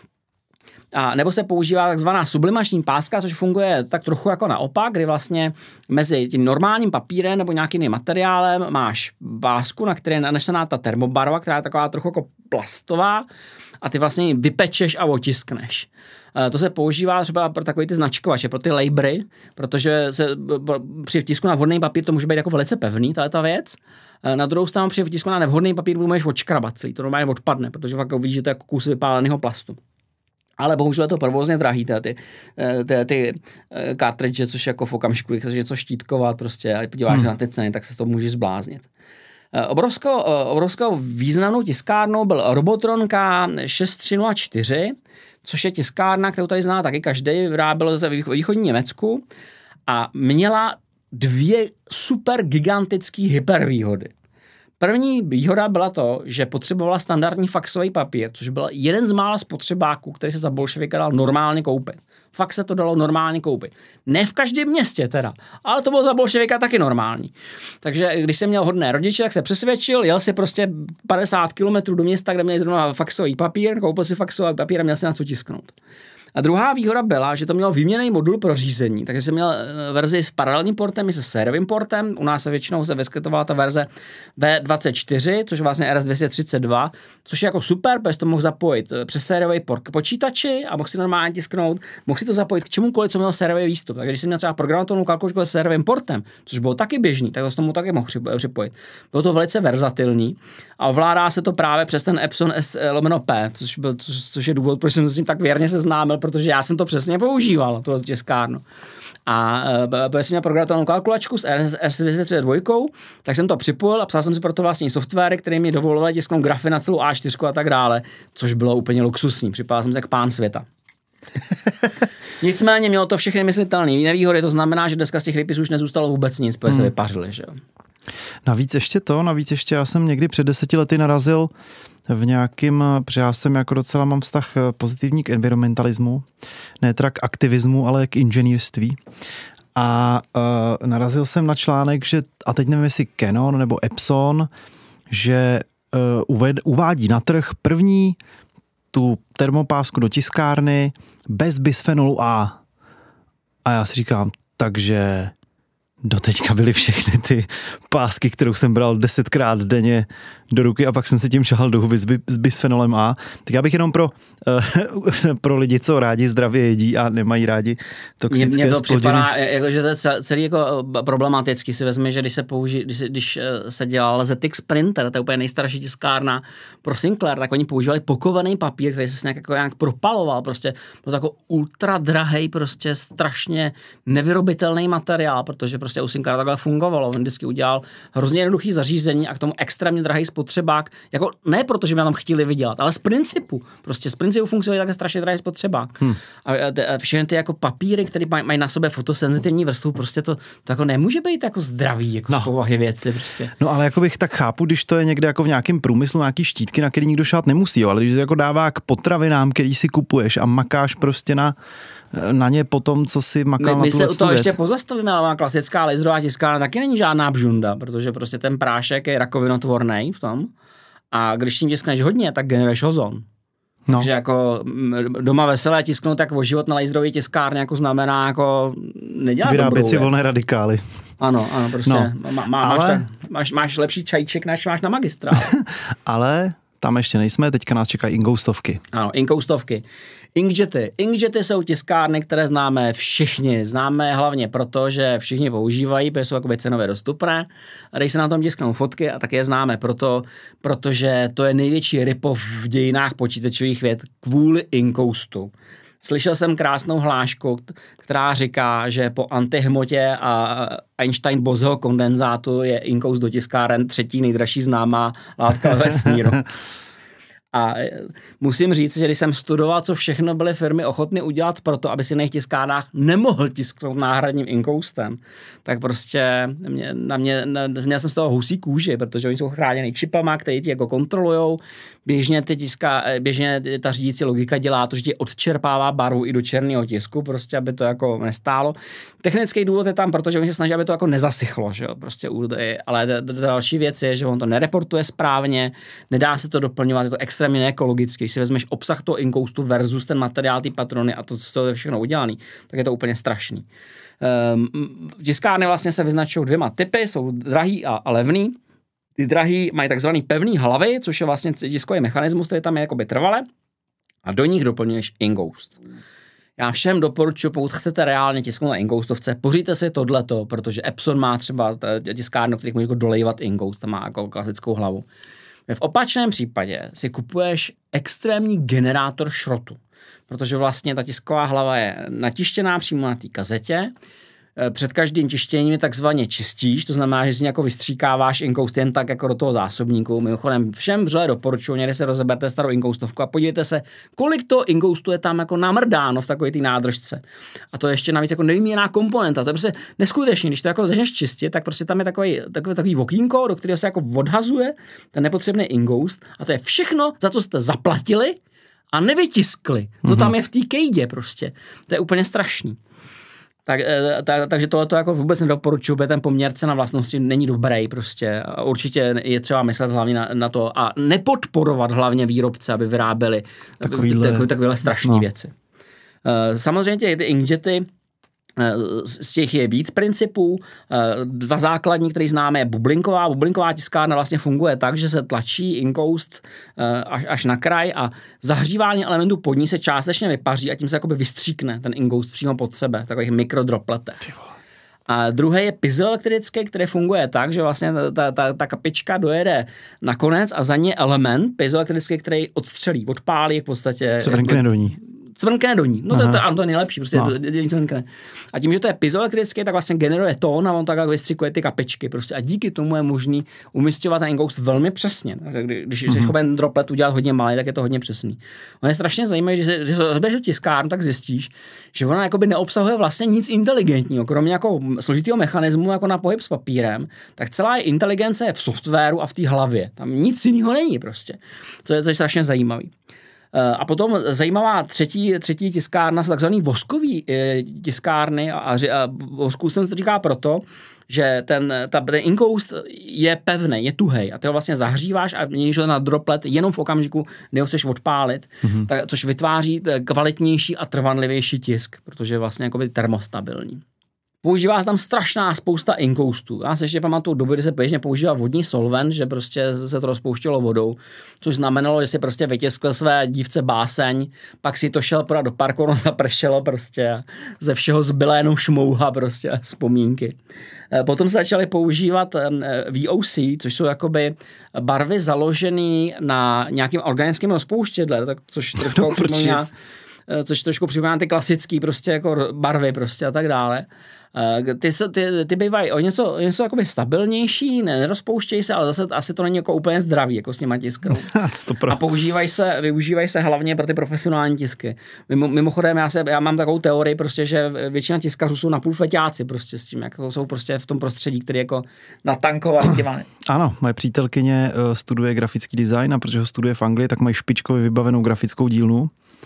A nebo se používá takzvaná sublimační páska, což funguje tak trochu jako naopak, kdy vlastně mezi tím normálním papírem nebo nějakým materiálem máš pásku, na které je nanesená ta termobarva, která je taková trochu jako plastová, a ty vlastně ji vypečeš a otiskneš. To se používá třeba pro takový ty značkovače, pro ty labry, protože se při vtisku na vhodný papír to může být jako velice pevný, tato věc. Na druhou stranu při vtisku na nevhodný papír můžeš odškrabat celý, to normálně odpadne, protože fakt víš, že to je jako kus vypáleného plastu. Ale bohužel je to provozně drahý, ty, ty, ty, ty cartridge, což jako v okamžiku, když chceš něco štítkovat prostě a podíváš hmm. na ty ceny, tak se to může zbláznit. Obrovskou, obrovskou významnou tiskárnou byl Robotron K šest tři nula čtyři, což je tiskárna, kterou tady zná taky každý, vyráběl ze východní Německu a měla dvě super gigantické hypervýhody. První výhoda byla to, že potřebovala standardní faxový papír, což byl jeden z mála spotřebáků, který se za bolševika dal normálně koupit. Fakt se to dalo normálně koupit. Ne v každém městě teda, ale to bylo za bolševika taky normální. Takže když jsem měl hodné rodiče, tak se přesvědčil, jel si prostě padesát kilometrů do města, kde měli zrovna faxový papír, koupil si faxový papír a měl si na co tisknout. A druhá výhoda byla, že to mělo výměnný modul pro řízení, takže jsem měl verzi s paralelním portem i se sériovým portem. U nás se většinou se vyskytovala ta verze V dvacet čtyři, což je vlastně R S dvě stě třicet dva, což je jako super, protože to mohl zapojit přes sériový port k počítači a mohl si normálně tisknout, mohl si to zapojit k čemukoliv, co mělo sériový výstup. Takže když jsem měl třeba programovatelnou kalkulačku s sériovým portem, což bylo taky běžný, tak to s tomu taky mohl připojit. Bylo to velice verzatilní a ovládá se to právě přes ten Epson S lomeno P, což, byl, což je důvod, proč jsem se s tím tak věrně seznámil, protože já jsem to přesně používal, tu tiskárnu. A protože jsem měl programovatelnou kalkulačku s R S dvě stě třicet dva, tak jsem to připojil a psal jsem si pro to vlastní software, který mi dovoloval tisknout grafy na celou A čtyři a tak dále, což bylo úplně luxusní. Připadal jsem se jak pán světa. Nicméně mělo to všechny myslitelné nevýhody, to znamená, že dneska z těch výpisů už nezůstalo vůbec nic, protože hmm. se vypařili, že jo. Navíc ještě to, navíc ještě já jsem někdy před deseti lety narazil v nějakým, protože já jsem jako docela mám vztah pozitivní k environmentalismu, ne teda k aktivismu, ale k inženýrství. A uh, narazil jsem na článek, že, a teď nevím, jestli Canon nebo Epson, že uh, uved, uvádí na trh první tu termopásku do tiskárny bez bisfenolu A. A já si říkám, takže doteďka byly všechny ty pásky, kterou jsem bral desetkrát denně do ruky a pak jsem se tím šahal do huby s, bi- s bisfenolem A. Tak já bych jenom pro, uh, pro lidi, co rádi zdravě jedí a nemají rádi toxické splodiny. Mně to splodiny. připadá, jako, že to je celý jako problematický. Si vezmi, že když se, použi- když, když se dělal Z X printer, to je úplně nejstarší tiskárna pro Sinclair, tak oni používali pokovaný papír, který se nějak, jako nějak propaloval. Prostě byl to jako ultra drahej, prostě strašně nevyrobitelný materiál, protože prostě u Sinclair takhle fungovalo. On vždycky udělal hrozně jednoduchý zařízení a k tomu extrémně drahý spotřebák. Jako ne proto, že by na tom chtěli vydělat, ale z principu. Prostě z principu funkcionuje také strašně drahý spotřebák. Hmm. A, a všechny ty jako papíry, které maj, mají na sobě fotosenzitivní vrstvu, prostě to, to jako nemůže být jako zdravý, jako no. z povahy věci prostě. No ale jako bych tak chápu, když to je někde jako v nějakém průmyslu, nějaký štítky, na který nikdo šát nemusí, jo, ale když to jako dává k potravinám, který si kupuješ a makáš prostě na na ně potom, co si makal my, na tu věc. My se u toho ještě pozastavíme, ale klasická laserová tiskárna taky není žádná bžunda, protože prostě ten prášek je rakovinotvorný v tom a když tím tiskneš hodně, tak generuješ ozon. No. Takže jako doma veselé tisknout tak o život na laserové tiskárně jako znamená jako nedělat vyrábět si volné radikály. Ano, ano, prostě no. má, má, ale... máš, tak, máš, máš lepší čajček, než máš na magistrále. Ale tam ještě nejsme, teďka nás čekají inkoustovky. Ano, inkoustovky. Inkjety. Inkjety jsou tiskárny, které známe všichni. Známe hlavně proto, že všichni používají, protože jsou jakoby cenově dostupné. A když se na tom tisknou fotky, a tak je známe proto, protože to je největší ripov v dějinách počítačových věd kvůli inkoustu. Slyšel jsem krásnou hlášku, která říká, že po antihmotě a Einstein-Boseho kondenzátu je inkoust do tiskáren třetí nejdražší známá látka ve vesmíru. A musím říct, že když jsem studoval, co všechno byly firmy ochotny udělat pro to, aby si na jejich tiskárnách nemohl tisknout náhradním inkoustem, tak prostě mě, na mě, na, měl jsem z toho husí kůži, protože oni jsou chráněni čipama, které ti jako kontrolujou. Běžně, ty tiska, běžně ta řídící logika dělá to, že ti odčerpává barvu i do černého tisku, prostě, aby to jako nestálo. Technický důvod je tam, protože oni se snaží, aby to jako nezasychlo, že jo? Prostě, ale další věc je, že on to nereportuje správně, nedá se to doplňovat, je to extrémně neekologický. Když si vezmeš obsah toho inkoustu versus ten materiál, ty patrony a to, co je všechno udělaný, tak je to úplně strašný. Um, tiskárny vlastně se vyznačují dvěma typy, jsou drahý a, a levný. Ty drahý mají takzvaný pevný hlavy, což je vlastně tiskový mechanismus, který tam je jakoby trvale a do nich doplňuješ inkoust. Já všem doporučuji, pokud chcete reálně tisknout na inkoustovce, pořiďte si tohleto, protože Epson má třeba tiskárnu, který může dolejvat inkoust, tam má jako klasickou hlavu. V opačném případě si kupuješ extrémní generátor šrotu, protože vlastně ta tisková hlava je natištěná přímo na té kazetě, před každým tištěním takzvaně čistíš, to znamená, že si jako vystříkáváš inkoust jen tak jako do toho zásobníku. Mimochodem všem vřele doporučuji, někdy se rozeberte starou inkoustovku a podívejte se, kolik to inkoustu je tam jako namrdáno v takové té nádržce. A to je ještě navíc jako nevyměněná komponenta. To je prostě neskutečný, když to jako začneš čistit, tak prostě tam je takový, takový, takový okýnko, do kterého se jako odhazuje ten nepotřebný inkoust a to je všechno, za co jste zaplatili a nevytiskli. To mm-hmm. tam je v té kejdě prostě. To je úplně strašný. Tak, tak, takže tohle to jako vůbec nedoporučuji, protože ten poměr cena vlastnosti není dobrý prostě. Určitě je třeba myslet hlavně na, na to a nepodporovat hlavně výrobce, aby vyráběli takovýhle, takové, takovéhle strašné no. věci. Samozřejmě ty inkjety, z těch je víc principů. Dva základní, které známe, je bublinková. Bublinková tiskárna vlastně funguje tak, že se tlačí inkoust až, až na kraj a zahřívání elementů pod ní se částečně vypaří a tím se jakoby vystříkne ten inkoust přímo pod sebe, takových mikrodropletech. A druhé je piezoelektrické, které funguje tak, že vlastně ta, ta, ta kapička dojede na konec a za ní element piezoelektrický, který odstřelí, odpálí v podstatě. Co vrkne do ní. Cvrnkne do ní. No to, to, to je nejlepší, prostě no. cvrnkne. A tím, že to je piezoelektrické, tak vlastně generuje tón a on tak vystřikuje ty kapičky. Prostě a díky tomu je možný umisťovat ten inkoust velmi přesně. Když mm-hmm. jsi ten droplet udělat hodně malý, tak je to hodně přesný. On je strašně zajímavý, že když se rozběžeš do tiskárnu, tak zjistíš, že ona jakoby neobsahuje vlastně nic inteligentního, kromě jako složitého mechanismu jako na pohyb s papírem, tak celá je inteligence je v softwaru a v té hlavě. Tam nic jiného není prostě. To je, to je strašně zajímavý. A potom zajímavá třetí, třetí tiskárna jsou takzvaný voskový e, tiskárny a, a, a vosku jsem se říká proto, že ten, ta, ten inkoust je pevný, je tuhej a ty ho vlastně zahříváš a měníš ho na droplet jenom v okamžiku, kdy ho chceš odpálit, mm-hmm. tak, což vytváří kvalitnější a trvanlivější tisk, protože je vlastně jakoby termostabilní. Používá se tam strašná spousta inkoustů. Já se ještě pamatuju doby, kdy se běžně používal vodní solvent, že prostě se to rozpouštělo vodou, což znamenalo, že si prostě vytiskl své dívce báseň, pak si to šel podat do parku, no zapršelo prostě ze všeho zbyla jenom šmouha prostě a vzpomínky. Potom se začaly používat V O C, což jsou jakoby barvy založené na nějakým organickém rozpouštědle, tak což trošku připomíná, což trošku připomíná ty klasický prostě jako barvy prostě a tak dále. Ty, ty, ty bývají o něco, o něco jakoby stabilnější, nerozpouštějí se, ale zase asi to není jako úplně zdravý, jako s těma tisknou. A používají se, využívají se hlavně pro ty profesionální tisky. Mimo, mimochodem, já, se, já mám takovou teorii, prostě, že většina tiskařů jsou napůl feťáci prostě s tím, jako jsou prostě v tom prostředí, který jako natankovaný těma. Ano, moje přítelkyně studuje grafický design a protože ho studuje v Anglii, tak mají špičkově vybavenou grafickou dílnu.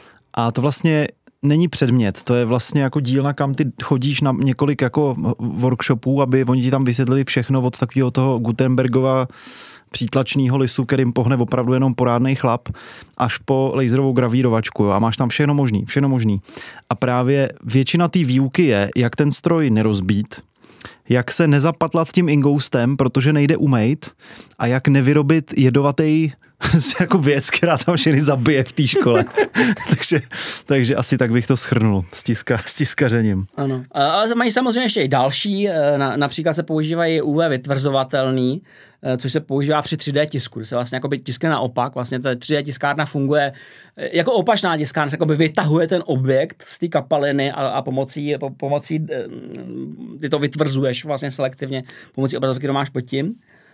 A to vlastně není předmět, to je vlastně jako dílna, kam ty chodíš na několik jako workshopů, aby oni ti tam vysvětlili všechno od takového toho Gutenbergova přítlačného lisu, kterým pohne opravdu jenom porádnej chlap, až po laserovou gravírovačku. Jo? A máš tam všechno možný, všechno možný. A právě většina té výuky je, jak ten stroj nerozbít, jak se nezapatlat tím ingoustem, protože nejde umejt, a jak nevyrobit jedovatý jako věc, která tam všechny zabije v té škole. takže, takže asi tak bych to shrnul s, tiska, s tiskařením. Ano. Ale mají samozřejmě ještě i další, na, například se používají U V vytvrzovatelný, což se používá při tři dé tisku, kde se vlastně jakoby tiskne naopak, vlastně ta tři dé tiskárna funguje jako opačná tiskárna, se jakoby vytahuje ten objekt z té kapaliny a, a pomocí, po, pomocí, ty to vytvrzuješ vlastně selektivně pomocí obrazovky, kterou máš pod tím.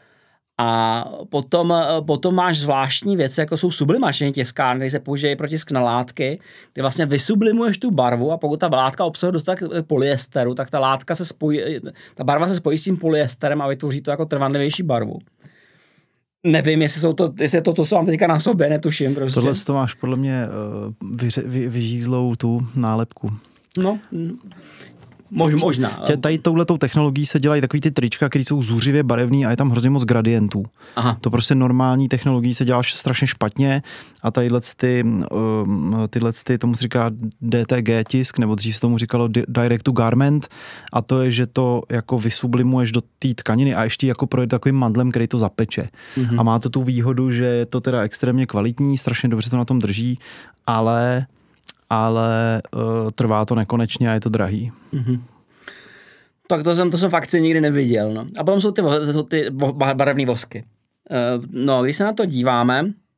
A potom, potom máš zvláštní věci, jako jsou sublimační tiskárny, které se používají pro tisk na látky, kde vlastně vysublimuješ tu barvu a pokud ta látka obsahuje dostatek polyesteru, tak ta látka se spojí, ta barva se spojí s tím polyesterem a vytvoří to jako trvanlivější barvu. Nevím, jestli, jsou to, jestli je to to, co mám teďka na sobě, netuším prostě. Tohle to máš podle mě uh, vyře, vy, vyžízlou tu nálepku. No, Mož, možná. Tě, tady touhletou technologií se dělají takový ty trička, které jsou zuřivě barevný a je tam hrozně moc gradientů. Aha. To prostě normální technologií se dělá strašně špatně a tadyhle ty, tyhle ty, tomu se říká D T G tisk, nebo dřív se tomu říkalo Direct to Garment, a to je, že to jako vysublimuješ do té tkaniny a ještě jako projde takovým mandlem, který to zapeče. Mhm. A má to tu výhodu, že je to teda extrémně kvalitní, strašně dobře to na tom drží, ale ale uh, trvá to nekonečně a je to drahý. Mm-hmm. Tak to jsem, to jsem v akci nikdy neviděl. No. A potom jsou ty, jsou ty barevné vosky. Uh, no, když se na to díváme,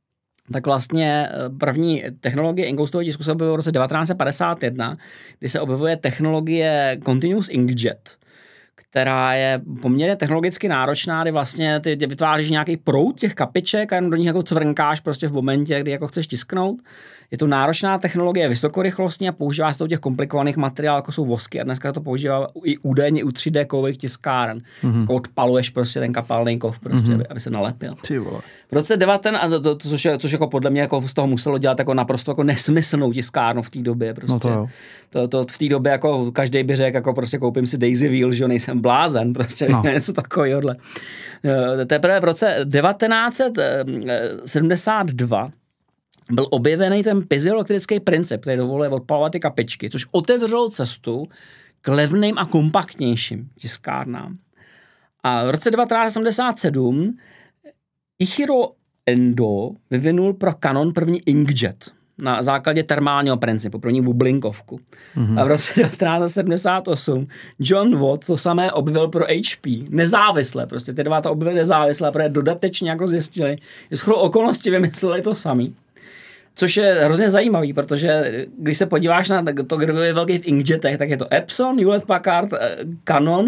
tak vlastně první technologie inkoustového tisku se objevuje v roce devatenáct set padesát jedna, kdy se objevuje technologie Continuous Inkjet, která je poměrně technologicky náročná, kdy vlastně ty, ty vytváříš nějaký proud těch kapiček a jenom do nich jako cvrnkáš prostě v momentě, kdy jako chceš tisknout. Je to náročná technologie, vysokorychlostní a používá se to u těch komplikovaných materiálů, jako jsou vosky a dneska to používá i údajně u tři dé kovových tiskáren. Mm-hmm. Jako odpaluješ prostě ten kapalný kov, prostě, mm-hmm. aby, aby se nalepil. V roce devatenáct, a to, to, což, je, což jako podle mě jako z toho muselo dělat jako naprosto jako nesmyslnou tiskárnu v té době. Prostě. No to, to, to v té době jako každý by řekl, jako prostě koupím si Daisy Wheel, že nejsem blázen, prostě no. něco takového. Teprve v roce devatenáct set sedmdesát dva byl objevený ten piezoelektrický princip, který dovoluje odpalovat ty kapičky, což otevřelo cestu k levným a kompaktnějším tiskárnám. A v roce devatenáct set sedmdesát sedm Ichiro Endo vyvinul pro Canon první inkjet na základě termálního principu, první bublinkovku. Mm-hmm. A v roce devatenáct set sedmdesát osm John Watt to samé objevil pro H P. Nezávisle, prostě ty dva to objevili nezávisle, protože dodatečně jako zjistili, že shodou okolností vymysleli to samý. Což je hrozně zajímavý, protože když se podíváš na to, kdo je velký v inkjetech, tak je to Epson, Hewlett Packard, Canon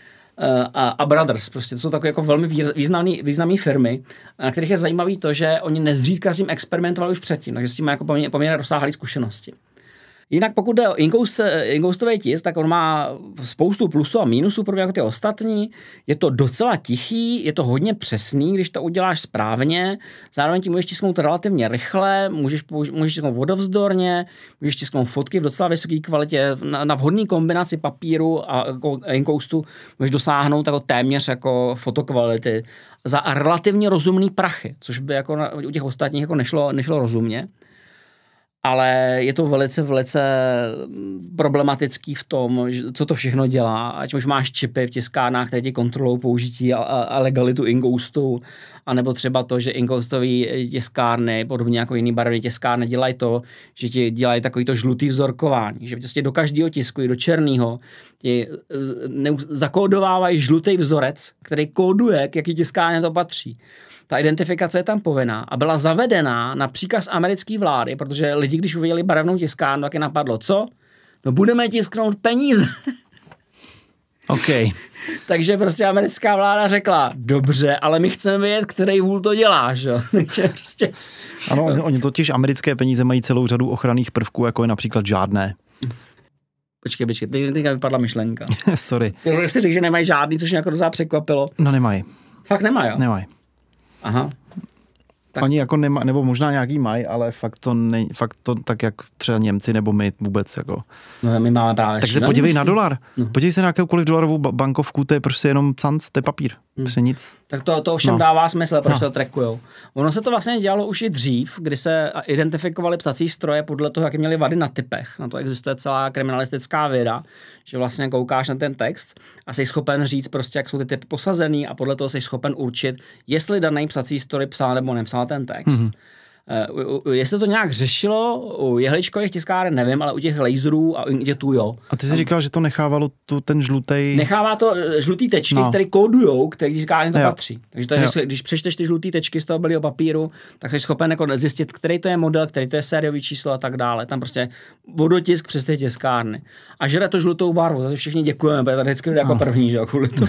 a, a Brothers. Prostě to jsou takové jako velmi významné významné firmy, na kterých je zajímavý to, že oni nezřídka s tím experimentovali už předtím, takže s tím mají jako poměrně, poměrně rozsáhlé zkušenosti. Jinak pokud jde o inkoustový tisk, tak on má spoustu plusů a mínusů, pro jako ty ostatní. Je to docela tichý, je to hodně přesný, když to uděláš správně. Zároveň ti můžeš tisknout relativně rychle, můžeš, můžeš tisknout vodovzdorně, můžeš tisknout fotky v docela vysoké kvalitě. Na, na vhodné kombinaci papíru a inkoustu můžeš dosáhnout jako téměř jako fotokvality za relativně rozumný prachy, což by jako na, u těch ostatních jako nešlo, nešlo rozumně. Ale je to velice, velice problematický v tom, co to všechno dělá. Ať už máš čipy v tiskárnách, které ti kontrolují použití a, a legalitu inkoustu, anebo třeba to, že inkoustové tiskárny, podobně jako jiný barevné tiskárny, dělají to, že ti dělají takový to žlutý vzorkování. Že prostě do každého tisku, i do černého, ti zakódovávají žlutý vzorec, který kóduje, k jaký tiskárně to patří. Ta identifikace je tam povinná a byla zavedená na příkaz americké vlády, protože lidi, když uviděli barevnou tiskárnu, tak je napadlo, co? No budeme tisknout peníze. OK. Takže prostě americká vláda řekla, dobře, ale my chceme vědět, který vůl to dělá, že? Takže prostě... Ano, oni totiž americké peníze mají celou řadu ochranných prvků, jako je například žádné. Počkej, počkej, teď teďka vypadla myšlenka. Sorry. Jak jsi řekl, že nemají žádný, což mě jako docela překvapilo. No nemají. Fakt nemají, jo? Nemají. Aha. Tak. Oni jako nemá, nebo možná nějaký mají, ale fakt to, ne, fakt to tak jak třeba Němci nebo my vůbec jako. No my máme právě. Tak se podívej na dolar. No. Podívej se na jakoukoliv dolarovou bankovku, to je prostě jenom canc, to je papír. Hmm. Prostě nic. Tak to, to ovšem no. dává smysl, proč no. to trackujou. Ono se to vlastně dělalo už i dřív, kdy se identifikovali psací stroje podle toho, jak měli vady na typech. Na to existuje celá kriminalistická věda, že vlastně koukáš na ten text a jsi schopen říct prostě, jak jsou ty typy posazený a podle toho jsi schopen určit, jestli daný psací stroj psal nebo nepsal ten text. Mm-hmm. Uh, jestli to nějak řešilo u jehličkových tiskáren, nevím, ale u těch laserů a inkjetů, jo. A ty jsi říkal, že to nechávalo tu, ten žlutej... Nechává to žlutý tečky, no. které kódujou, který tiskárně to jo. patří. Takže to, když, když přečteš ty žlutý tečky z toho bílého papíru, tak jsi schopen jako zjistit, který to je model, který to je sériový číslo a tak dále. Tam prostě vodotisk přes ty tiskárny. A žere to žlutou barvu, zase všichni děkujeme, protože to vždycky jde jako první, že jo, kvůli tomu.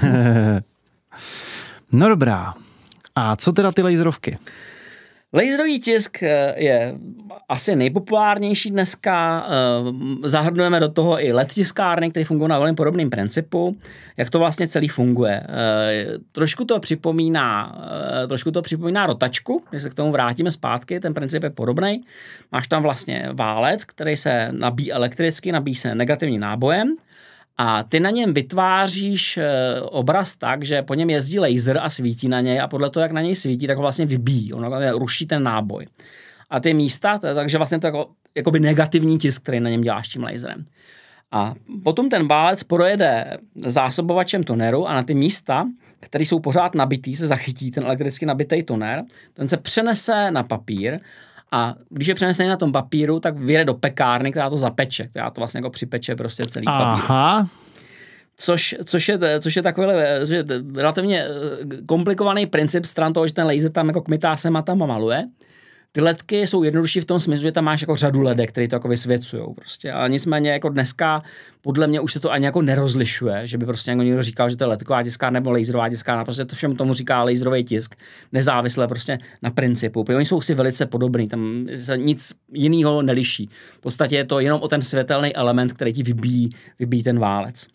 No dobrá. A co teda ty laserovky? Laserový tisk je asi nejpopulárnější dneska. Zahrnujeme do toho i el é dé tiskárny, které fungují na velmi podobném principu. Jak to vlastně celý funguje? Trošku to připomíná, trošku to připomíná rotačku, když se k tomu vrátíme zpátky, ten princip je podobný. Máš tam vlastně válec, který se nabíjí elektricky, nabíjí se negativním nábojem. A ty na něm vytváříš obraz tak, že po něm jezdí laser a svítí na něj a podle toho, jak na něj svítí, tak ho vlastně vybíjí. Ono ruší ten náboj. A ty místa, takže vlastně to jako jakoby negativní tisk, který na něm děláš tím laserem. A potom ten válec projede zásobovačem toneru a na ty místa, které jsou pořád nabitý, se zachytí ten elektricky nabitý toner, ten se přenese na papír. A když je přenesený na tom papíru, tak vyjde do pekárny, která to zapeče, která to vlastně jako připeče prostě celý papír. Aha. Což, což, je, což je takový že relativně komplikovaný princip stran toho, že ten laser tam jako kmitá sem a tam a maluje. Ty ledky jsou jednodušší v tom smyslu, že tam máš jako řadu ledek, které to jako vysvěcujou prostě. Ale nicméně jako dneska podle mě už se to ani jako nerozlišuje, že by prostě jako někdo říkal, že to je ledková tiskárna nebo laserová tiskárna, prostě to všem tomu říká laserový tisk, nezávisle prostě na principu. Protože oni jsou si velice podobní, tam se nic jiného neliší. V podstatě je to jenom o ten světelný element, který ti vybíjí, vybíjí ten válec.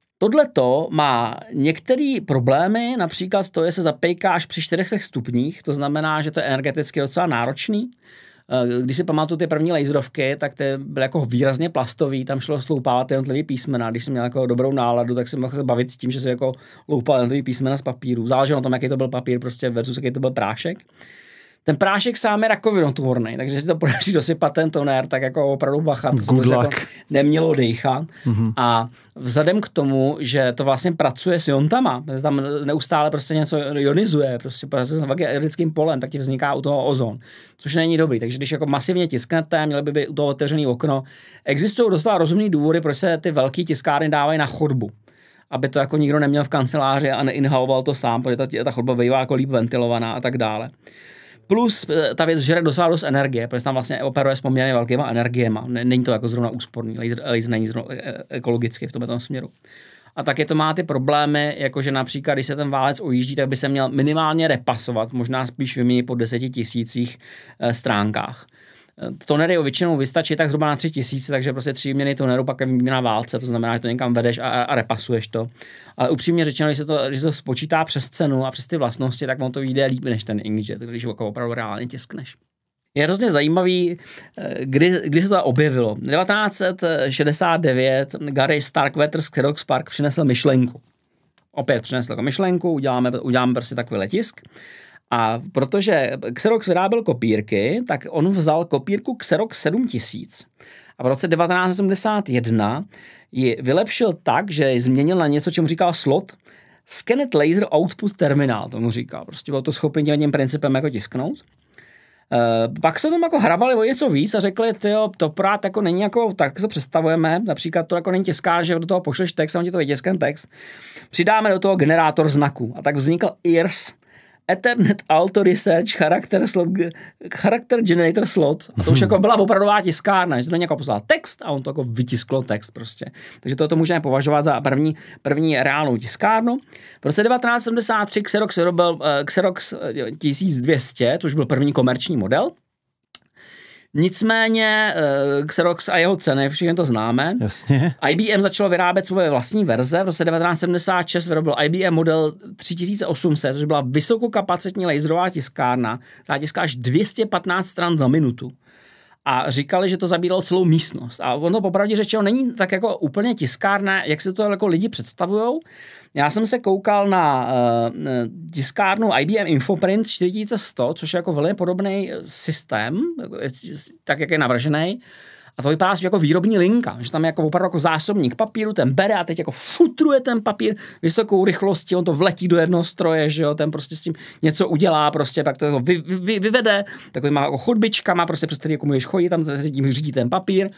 Tohleto má některé problémy, například to je, se zapejká až při čtyřech stupních, to znamená, že to je energeticky docela náročný. Když si pamatuju ty první laserovky, tak ty byly jako výrazně plastový, tam šlo sloupávat jednotlivý písmena. Když jsem měl jako dobrou náladu, tak jsem mohl se bavit s tím, že se jako loupal jednotlivý písmena z papíru. Záleželo na tom, jaký to byl papír, prostě versus jaký to byl prášek. Ten prášek sám je rakovinotvorný, takže si to podaří dosypat ten tonér, tak jako opravdu bacha, to se jako nemělo dejchat. Mm-hmm. A vzhledem k tomu, že to vlastně pracuje s iontama, že tam neustále prostě něco ionizuje, prostě s jonickým polem, tak ti vzniká u toho ozon, což není dobrý. Takže když jako masivně tisknete, měli by být u toho otevřený okno. Existují docela rozumný důvody, proč se ty velké tiskárny dávají na chodbu, aby to jako nikdo neměl v kanceláři a neinhaloval to sám, protože ta, ta chodba bývá jako líp ventilovaná a tak dále. Plus ta věc žere docela dost energie, protože tam vlastně operuje s poměrně velkýma energiema. Není to jako zrovna úsporný, laser, laser není zrovna ekologicky v tomto směru. A taky to má ty problémy, jakože například, když se ten válec ojíždí, tak by se měl minimálně repasovat, možná spíš vyměnit po deseti tisících stránkách. Tonery většinou vystačí tak zhruba na tři tisíce, takže prostě tři výměny toneru, pak je výměna válce, to znamená, že to někam vedeš a, a repasuješ to. Ale upřímně řečeno, když se to, když se to spočítá přes cenu a přes ty vlastnosti, tak on to vyjde líp než ten inkjet, když ho opravdu reálně tiskneš. Je hrozně zajímavý, kdy, kdy se to objevilo. devatenáct set šedesát devět Gary Starkweather z Xerox PARC přinesl myšlenku. Opět přinesl jako myšlenku, uděláme, uděláme prostě takový tisk. A protože Xerox vyráběl kopírky, tak on vzal kopírku Xerox sedm tisíc a v roce devatenáct set sedmdesát jedna ji vylepšil tak, že ji změnil na něco, čemu říkal slot, Scanned Laser Output Terminal, tomu říkal. Prostě bylo to schopný tím principem jako tisknout. Uh, pak se tomu jako hrabali o něco víc a řekli, tyjo, to prát jako není jako, tak se představujeme, například to jako není tiská, že do toho pošleš text a on ti to vytiskne text. Přidáme do toho generátor znaků a tak vznikl I R S, Ethernet Auto Research Character, slot, Character Generator Slot. A to už jako byla opravdová tiskárna, že to do někoho poslal text a on to jako vytisklo text prostě. Takže toto můžeme považovat za první, první reálnou tiskárnu. V roce devatenáct set sedmdesát tři Xerox vyrobil uh, Xerox tisíc dvě stě, což byl první komerční model. Nicméně Xerox a jeho ceny, všichni to známe. Jasně. I B M začalo vyrábět svoje vlastní verze. V roce devatenáct set sedmdesát šest vyrobil I B M model tři tisíce osm set, což byla vysokokapacitní laserová tiskárna, která tiská až dvě stě patnáct stran za minutu. A říkali, že to zabíralo celou místnost. A ono popravdě řečeno není tak jako úplně tiskárna, jak si to jako lidi představujou. Já jsem se koukal na uh, tiskárnu I B M Infoprint čtyři tisíce sto, což je jako velmi podobný systém, tak jak je navržený. A to vypadá jako výrobní linka, že tam je jako opravdu jako zásobník papíru, ten bere a teď jako futruje ten papír vysokou rychlostí, on to vletí do jednoho stroje, že jo, ten prostě s tím něco udělá, prostě pak to vy, vy, vyvede, takový má jako chodbičkama, prostě přes který jako můžeš chodit, tam se tím řídí ten papír.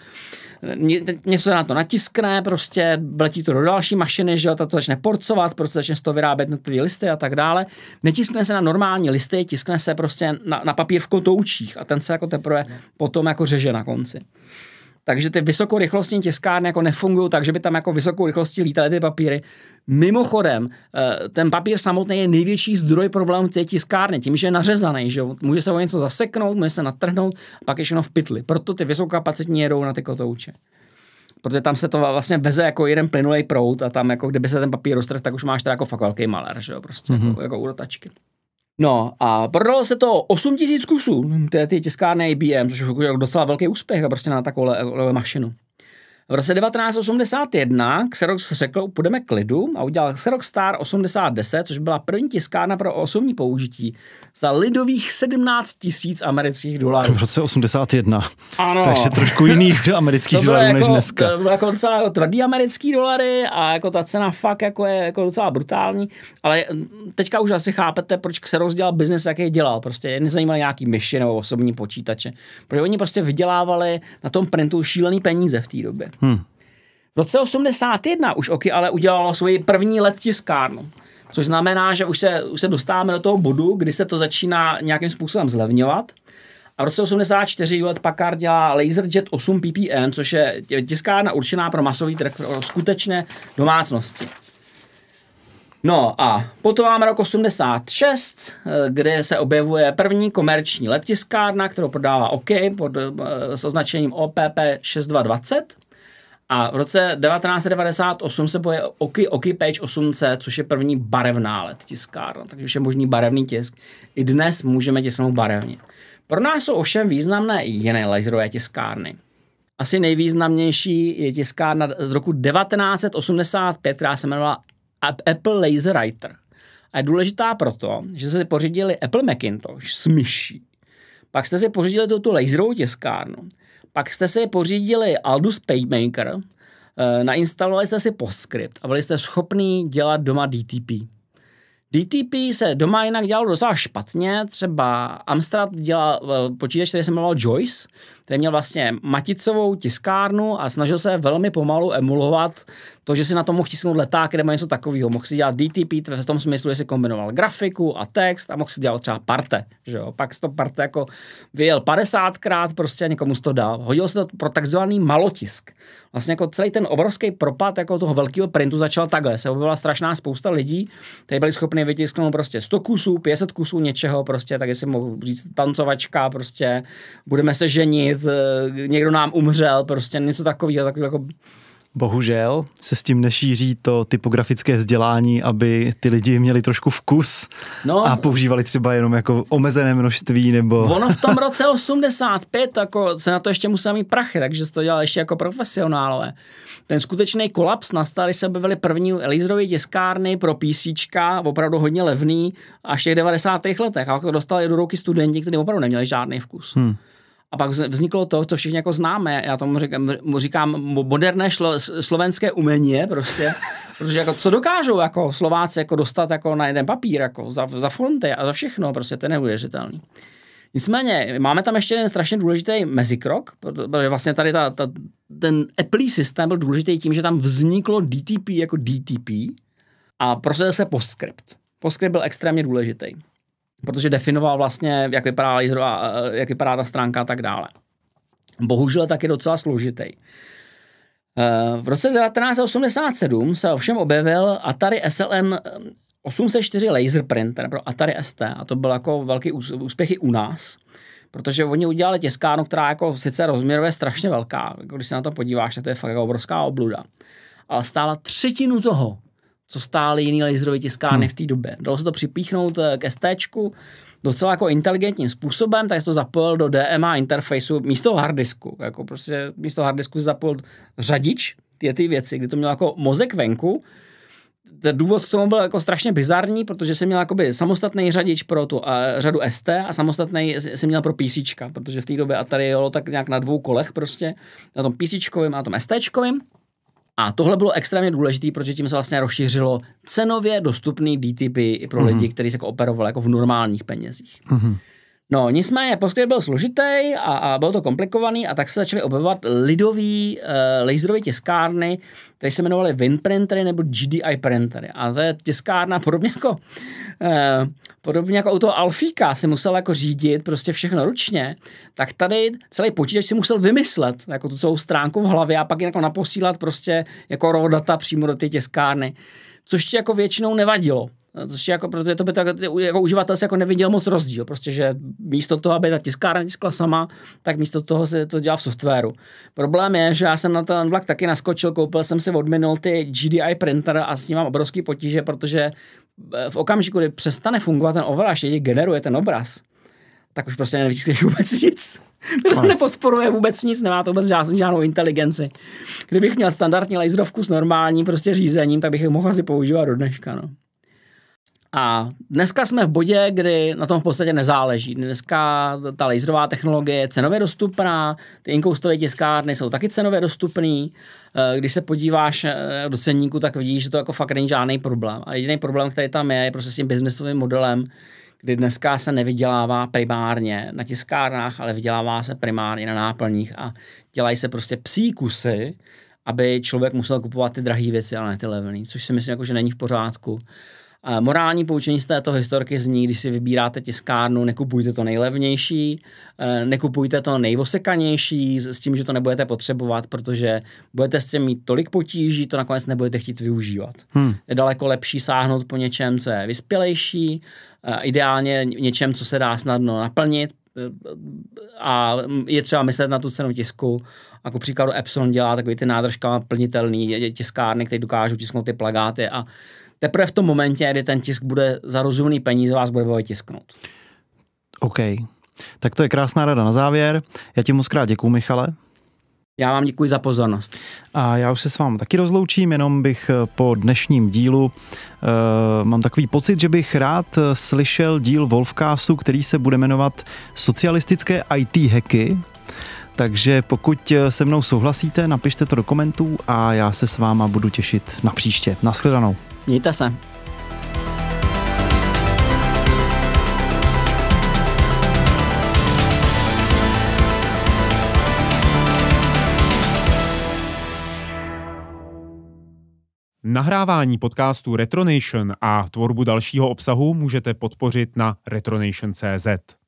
Něco na to natiskne, prostě letí to do další mašiny, že jo, ta to začne porcovat, prostě začne z toho vyrábět jednotlivé listy a tak dále. Netiskne se na normální listy, tiskne se prostě na, na papír v kotoučích a ten se jako teprve potom jako řeže na konci. Takže ty vysokorychlostní tiskárny jako nefungují tak, že by tam jako vysokou rychlostí lítaly ty papíry. Mimochodem, ten papír samotný je největší zdroj problémů té tiskárny, tím, že je nařezaný, že může se o něco zaseknout, může se natrhnout a pak je všechno v pytli. Proto ty vysokokapacitní jedou na ty kotouče. Protože tam se to vlastně veze jako jeden plynulej proud a tam jako kdyby se ten papír roztrhl, tak už máš teda jako fakt velký malér, že jo, prostě mm-hmm. jako, jako u rotačky. No a prodalo se to osm tisíc kusů, ty, ty tiskárny I B M, což je docela velký úspěch a prostě na takovou mašinu. V roce devatenáct set osmdesát jedna Xerox řekl, půjdeme k lidu a udělal Xerox Star osmdesát deset, což byla první tiskárna pro osobní použití za lidových sedmnáct tisíc amerických dolarů. V roce osmdesát jedna. Ano. Takže trošku jiných amerických dolarů jako, než dneska. To bylo jako docela tvrdý americký dolary a jako ta cena fakt jako je jako docela brutální, ale teďka už asi chápete, proč Xerox dělal biznes, jaký dělal. Prostě je nezajímali nějaký myši nebo osobní počítače. Protože oni prostě vydělávali na tom printu šílený peníze v té době. Hmm. V roce osmdesát jedna už Oki ale udělalo svoji první L E D tiskárnu, což znamená, že už se, už se dostáváme do toho bodu, kdy se to začíná nějakým způsobem zlevňovat A v roce osmdesát čtyři Hewlett Packard dělá LaserJet osm P P M, což je tiskárna určená pro masový trh, pro skutečné domácnosti. No a potom máme rok osmdesát šest, kde se objevuje první komerční L E D tiskárna, kterou prodává OK pod, s označením O P P šest dva dvacet. A v roce devatenáct set devadesát osm se poje Oki, Oki Page osm C, což je první barevná L E D tiskárna, takže už je možný barevný tisk. I dnes můžeme tisknout barevně. Pro nás jsou ovšem významné i jiné laserové tiskárny. Asi nejvýznamnější je tiskárna z roku devatenáct set osmdesát pět, která se jmenovala Apple LaserWriter. A je důležitá proto, že jste si pořídili Apple Macintosh s myší. Pak jste si pořídili tuto laserovou tiskárnu. Pak jste si pořídili Aldus PageMaker, nainstalovali jste si PostScript a byli jste schopní dělat doma D T P. D T P se doma jinak dělalo docela špatně, třeba Amstrad dělal počítač, který se jmenoval Joyce, který měl vlastně maticovou tiskárnu a snažil se velmi pomalu emulovat to, že si na tom mohl tisknout letáky nebo něco takového. Mohl si dělat D T P v tom smyslu, že si kombinoval grafiku a text a mohl si dělat třeba parte. Že jo? Pak si to parte jako vyjel padesátkrát prostě a někomu si to dal. Hodilo se to pro takzvaný malotisk. Vlastně jako celý ten obrovský propad jako toho velkého printu začal takhle. Se objevila strašná spousta lidí, kteří byli schopni vytisknout prostě sto kusů, pět set kusů něčeho prostě, tak jestli mohu říct tancovačka prostě, budeme se ženit, někdo nám umřel, prostě něco takového, takového jako... Bohužel se s tím nešíří to typografické vzdělání, aby ty lidi měli trošku vkus no, a používali třeba jenom jako omezené množství nebo... Ono v tom roce osmdesát pět jako se na to ještě musel mít prachy, takže se to dělal ještě jako profesionálové. Ten skutečný kolaps nastal, když se objevily první laserové tiskárny pro PCčka, opravdu hodně levný, až v těch devadesátých letech. A to dostali do ruky studenti, kteří opravdu neměli žádný vkus. Hmm. A pak vzniklo to, co všichni jako známe, já tomu říkám, říkám moderné šlo, slovenské umění, prostě, protože jako co dokážou jako Slováci jako dostat jako na jeden papír, jako za, za fonty a za všechno, prostě to je neuvěřitelný. Nicméně, máme tam ještě jeden strašně důležitý mezikrok, protože vlastně tady ta, ta, ten Apple systém byl důležitý tím, že tam vzniklo D T P jako D T P a prosadil se PostScript. PostScript byl extrémně důležitý, protože definoval vlastně, jak vypadá laserová, jak vypadá ta stránka a tak dále. Bohužel taky docela složitý. V roce devatenáct set osmdesát sedm se ovšem objevil Atari S L M osm set čtyři laser printer pro Atari S T a to byl jako velký úspěch i u nás, protože oni udělali tiskárnu, která jako sice rozměrově strašně velká, jako když se na to podíváš, tak to je fakt jako obrovská obluda, ale stála třetinu toho, co stály jiný laserové tiskárny hmm. v té době. Dalo se to připíchnout k STčku docela jako inteligentním způsobem, tak se to zapojil do D M A interfejsu místo harddisku. Jako prostě místo harddisku zapojil řadič, ty, ty věci, kdy to mělo jako mozek venku. Ten důvod k tomu byl jako strašně bizarní, protože jsem měl jakoby samostatný řadič pro tu uh, řadu S T a samostatný jsem měl pro PCčka, protože v té době Atari jelo tak nějak na dvou kolech prostě, na tom PCčkovým a na tom STčkovým. A tohle bylo extrémně důležité, protože tím se vlastně rozšířilo cenově dostupný D T P i pro mm-hmm. lidi, kteří se jako operovali jako v normálních penězích. Mm-hmm. No, nicméně PostScript byl složitý a, a bylo to komplikovaný a tak se začaly objevovat lidový uh, laserové tiskárny, které se jmenovaly WinPrintery nebo G D I printery. A to je tiskárna podobně jako, uh, podobně jako u toho Alfíka si musel jako řídit prostě všechno ručně, tak tady celý počítač si musel vymyslet jako tu celou stránku v hlavě a pak jako naposílat prostě jako raw data přímo do té tiskárny, což ti jako většinou nevadilo. Což jako, protože to by tak, jako uživatel se jako neviděl moc rozdíl, prostě, že místo toho, aby ta tiskárna tiskla sama, tak místo toho se to dělá v softwaru. Problém je, že já jsem na ten vlak taky naskočil, koupil jsem si od Minolty G D I printer a s ním mám obrovský potíže, protože v okamžiku, kdy přestane fungovat ten ovláš, který generuje ten obraz, tak už prostě nevytiskneš vůbec nic. Nepodporuje vůbec nic, nemá to vůbec žádnou, žádnou inteligenci. Kdybych měl standardní laserovku s normálním prostě řízením, tak bych je mohl asi používat do dneška, no. A dneska jsme v bodě, kdy na tom v podstatě nezáleží. Dneska ta laserová technologie je cenově dostupná, ty inkoustové tiskárny jsou taky cenově dostupný. Když se podíváš do ceníku, tak vidíš, že to jako fakt není žádný problém. A jediný problém, který tam je, je prostě s tím biznesovým modelem, kdy dneska se nevydělává primárně na tiskárnách, ale vydělává se primárně na náplních a dělají se prostě psí kusy, aby člověk musel kupovat ty drahé věci, ale ne ty levné, což si myslím, jako, že není v pořádku. Morální poučení z této historky zní, když si vybíráte tiskárnu, nekupujte to nejlevnější, nekupujte to nejvosekanější s tím, že to nebudete potřebovat, protože budete s tím mít tolik potíží, to nakonec nebudete chtít využívat. Hmm. Je daleko lepší sáhnout po něčem, co je vyspělejší, ideálně něčem, co se dá snadno naplnit, a je třeba myslet na tu cenu tisku. Jako příkladu Epson dělá takový ty nádržkama plnitelný tiskárny, které dokážou tisknout ty plakáty a teprve v tom momentě, kdy ten tisk bude za rozumný peníze, vás bude bavit tisknout. OK. Tak to je krásná rada na závěr. Já ti moc krát děkuju, Michale. Já vám děkuji za pozornost. A já už se s vámi taky rozloučím, jenom bych po dnešním dílu uh, mám takový pocit, že bych rád slyšel díl Wolfcastu, který se bude jmenovat Socialistické í té hacky. Takže pokud se mnou souhlasíte, napište to do komentů a já se s váma budu těšit na příště. Naschledanou. Mějte se. Nahrávání podcastu Retronation a tvorbu dalšího obsahu můžete podpořit na retronation tečka cé zet.